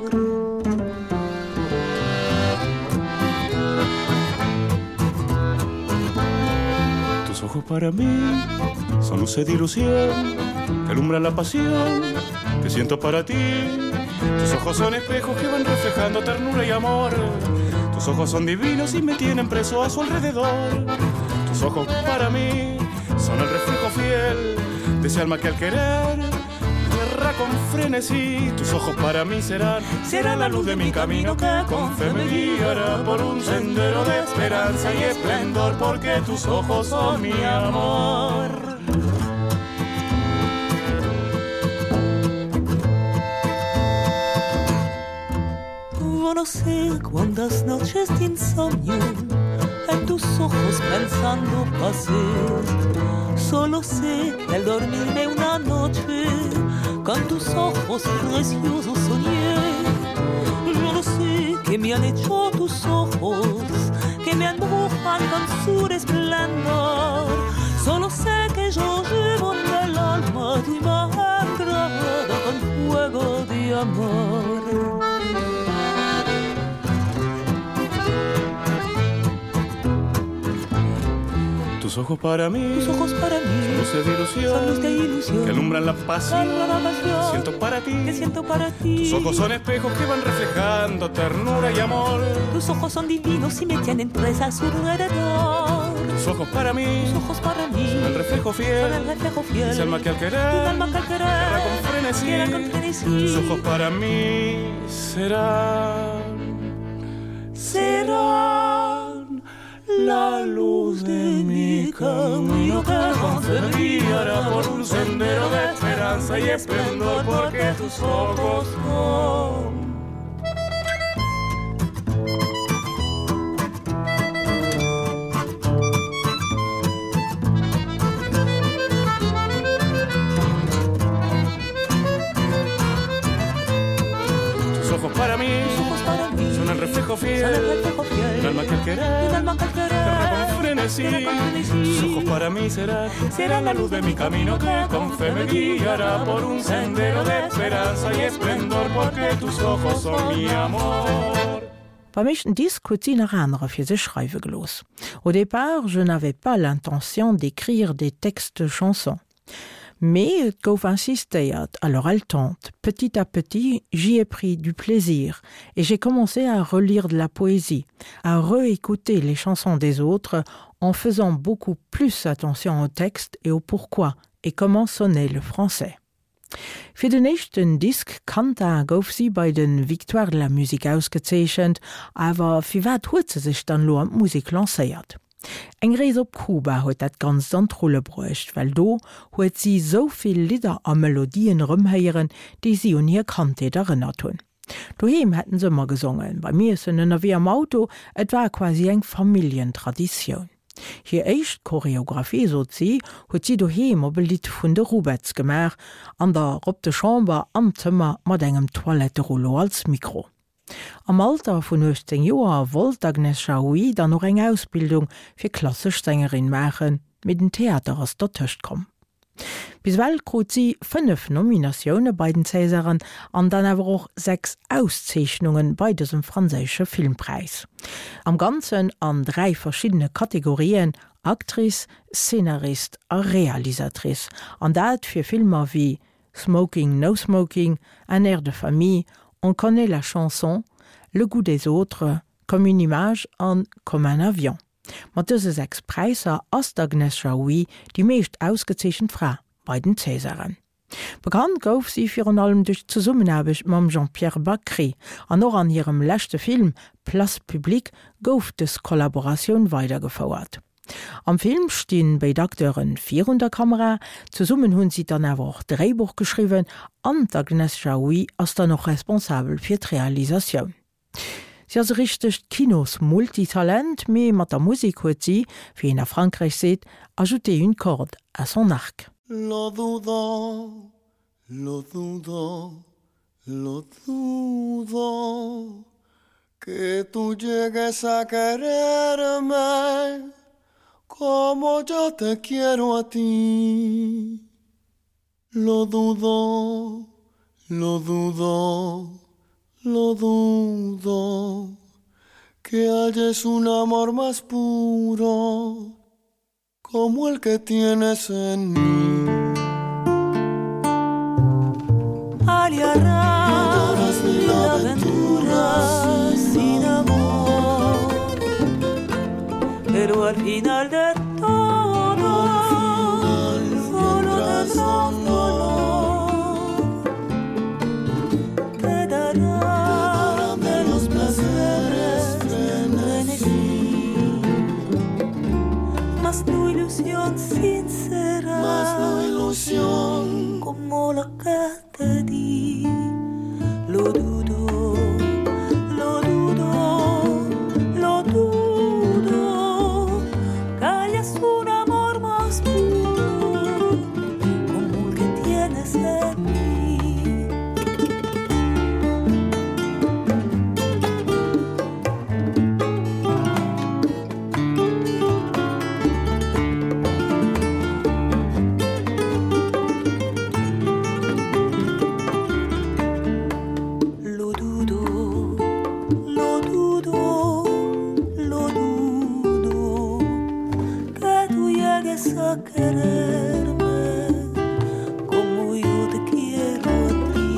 Speaker 11: Tus ojos para mí son luces de ilusión que alumbran la pasión que siento para ti. Tus ojos son espejos que van reflejando ternura y amor. Tus ojos son divinos y me tienen preso a su alrededor. Tus ojos para mí son el reflejo fiel de ese alma que al querer guerra con frenesí. Tus ojos para mí será la luz de mi camino que con fe me guiará por un sendero de esperanza y esplendor, porque tus ojos son mi amor.
Speaker 10: Yo no sé cuántas noches de insomnio en tus ojos pensando pasé. Solo sé que al dormirme una noche con tus ojos preciosos soñé. Yo no sé qué me han hecho tus ojos, que me embrujan con su esplendor. Solo sé que yo llevo en el alma tu imagen grabada con fuego de amor.
Speaker 11: Tus ojos para mí,
Speaker 10: tus ojos para mí,
Speaker 11: son luz de ilusión, que alumbran la pasión, que siento para ti. Tus ojos son espejos que van reflejando ternura y amor.
Speaker 10: Tus ojos son divinos y me tienen presa a su alrededor.
Speaker 11: Tus ojos para mí,
Speaker 10: son
Speaker 11: el reflejo fiel, ese alma que al querer guerra con frenesí. Tus ojos para mí serán la luz de mi camino que con fe me guiará por un sendero de esperanza y esplendor, porque tus ojos son para mí, son el reflejo fiel, el alma que al querer guerra con frenesí. Tus ojos para mí serán la luz de mi camino que con fe me guiará por un sendero de esperanza y esplendor, porque tus ojos son mi amor.
Speaker 8: Bei mechten Disk huet sie nach andere fir se schreiwe gelos. Au départ, je n'avais pas l'intention d'écrire des textes de chansons. Mais gouf insistéiert, alors elle tente. Petit à petit, j'y ai pris du plaisir et j'ai commencé à relire de la poésie, à réécouter les chansons des autres en faisant beaucoup plus attention au texte et au pourquoi et comment sonnait le français. Für den nächsten Disk Kanta gouf sie bei den Victoire de la Musique ausgezeichnet, aber wie wat huet ze sich dann lo an Musik lancéiert. Eng Rees op Kuba huet dat ganz an Trolle brächt, weil do huet sie soviel Lieder a Melodien rëmheieren, die sie un hier Kante erinnert hunn. Doheem hätten se immer gesungen, bei mir sënnen wie am Auto, et war quasi eng Familientradition. Hier eicht Choreografie so sie, huet sie doheem op Lied vun de Rubets gemer, an der op de Chamber am Zimmer mat engem Toiletterollo als Mikro. Am Alter vun 18 Joer wollt Agnes Jaoui dann noch eng Ausbildung fir klassisch Sängerin machen, mit dem Theater ass der Töcht kom. Biswell krut sie 5 Nominationune bei den Cäsaren an dann awer auch 6 Auszeichnungen bei diesem französische Filmpreis. Am ganzen an 3 verschiedene Kategorien Aktrice, Szenarist a Realisatrice, an dat fir Filmer wie Smoking, No Smoking, Un air de famille, On connaît la chanson, Le goût des autres, Comme une image an Comme un avion. Mat dëse 6 Preiser ass d'Agnes Jaoui die meescht ausgezeechchen Fra bei den Cäsaren. Bekannt gouf sie fir an allem duch Zusummenarbeit mam Jean-Pierre Bacry, an noch an ihrem lächte Film Place Publique gouf des Kollaboration weitergefauert. Am Film stehen bei Akteuren 400 Kamera, zusummen hunn sie dann awer auch Drehbuch geschrieben, an Agnes Jaoui ass da noch responsabel fir d'Realisation. Sie as richtig Kinos Multitalent, mais mat der Musik huet sie, wie en a Frankreich seet, ajouté une corde à son arc.
Speaker 3: Lo dudo, lo dudo, lo dudo, que tú llegues a quererme como yo te quiero a ti. Lo dudo, lo dudo, lo dudo, que halles un amor más puro como el que tienes en mí.
Speaker 10: Aliarás mil aventuras sin amor, pero al final de todo solo tendrás dolor. Te darán de los placeres frenesí, mas tu ilusión sincera,
Speaker 3: Más la ilusión
Speaker 10: como la que te di. Lo dudo, lo dudo, lo dudo, que hayas un amor más puro como el que tienes en mí. Lo dudo, lo dudo, lo dudo, que tú llegues a quererme como yo te quiero a ti.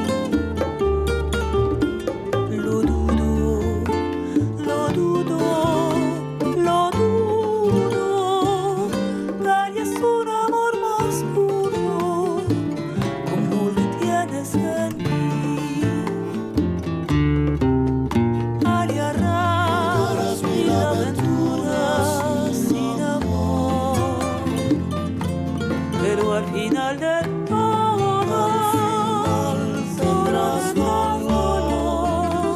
Speaker 10: Lo dudo, lo dudo, lo dudo, que hayas un amor más puro como el que tienes en mí. Aliarás mil aventuras sin amor, pero al final de todo tendrás dolor.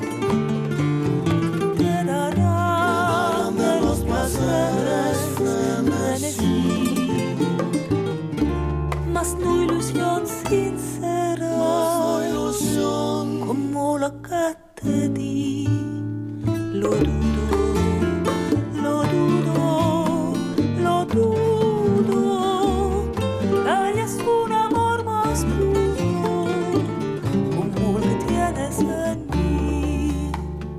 Speaker 10: Te darán de los placeres frenesí, mas tu ilusión sincera,
Speaker 3: más la ilusión
Speaker 10: como la que te di. Lo dudo, lo dudo, lo dudo, que hayas un amor más puro como el que tienes en mí.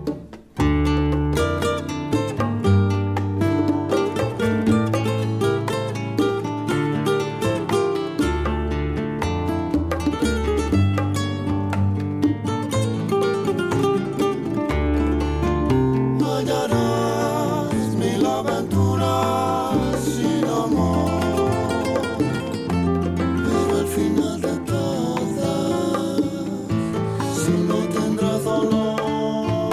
Speaker 3: hallarás mil aventuras sin amor, pero al final de todas solo tendrás dolor.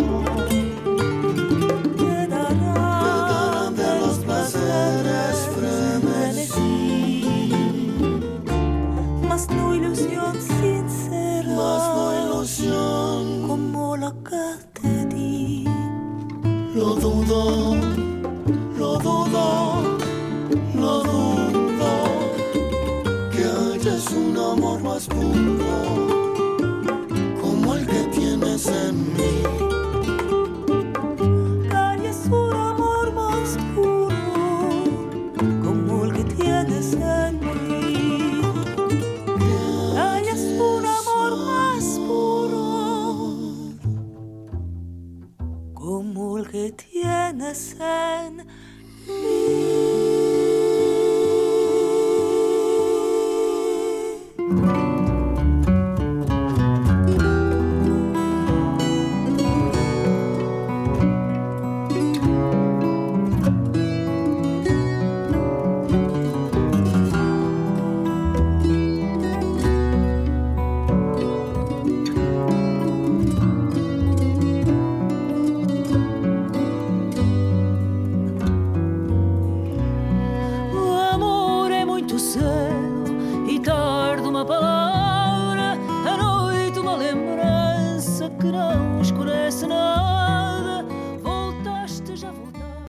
Speaker 10: Te darán
Speaker 3: De los placeres frenesí,
Speaker 10: mas tu ilusión sincera,
Speaker 3: más la ilusión
Speaker 10: como la que te di.
Speaker 3: lo dudo, lo dudo, lo dudo, que hayas un amor más puro como el que tienes en mí.
Speaker 10: Que hayas un amor más puro como el que tienes en mí. Que hayas un amor más puro como el que tienes en
Speaker 7: me.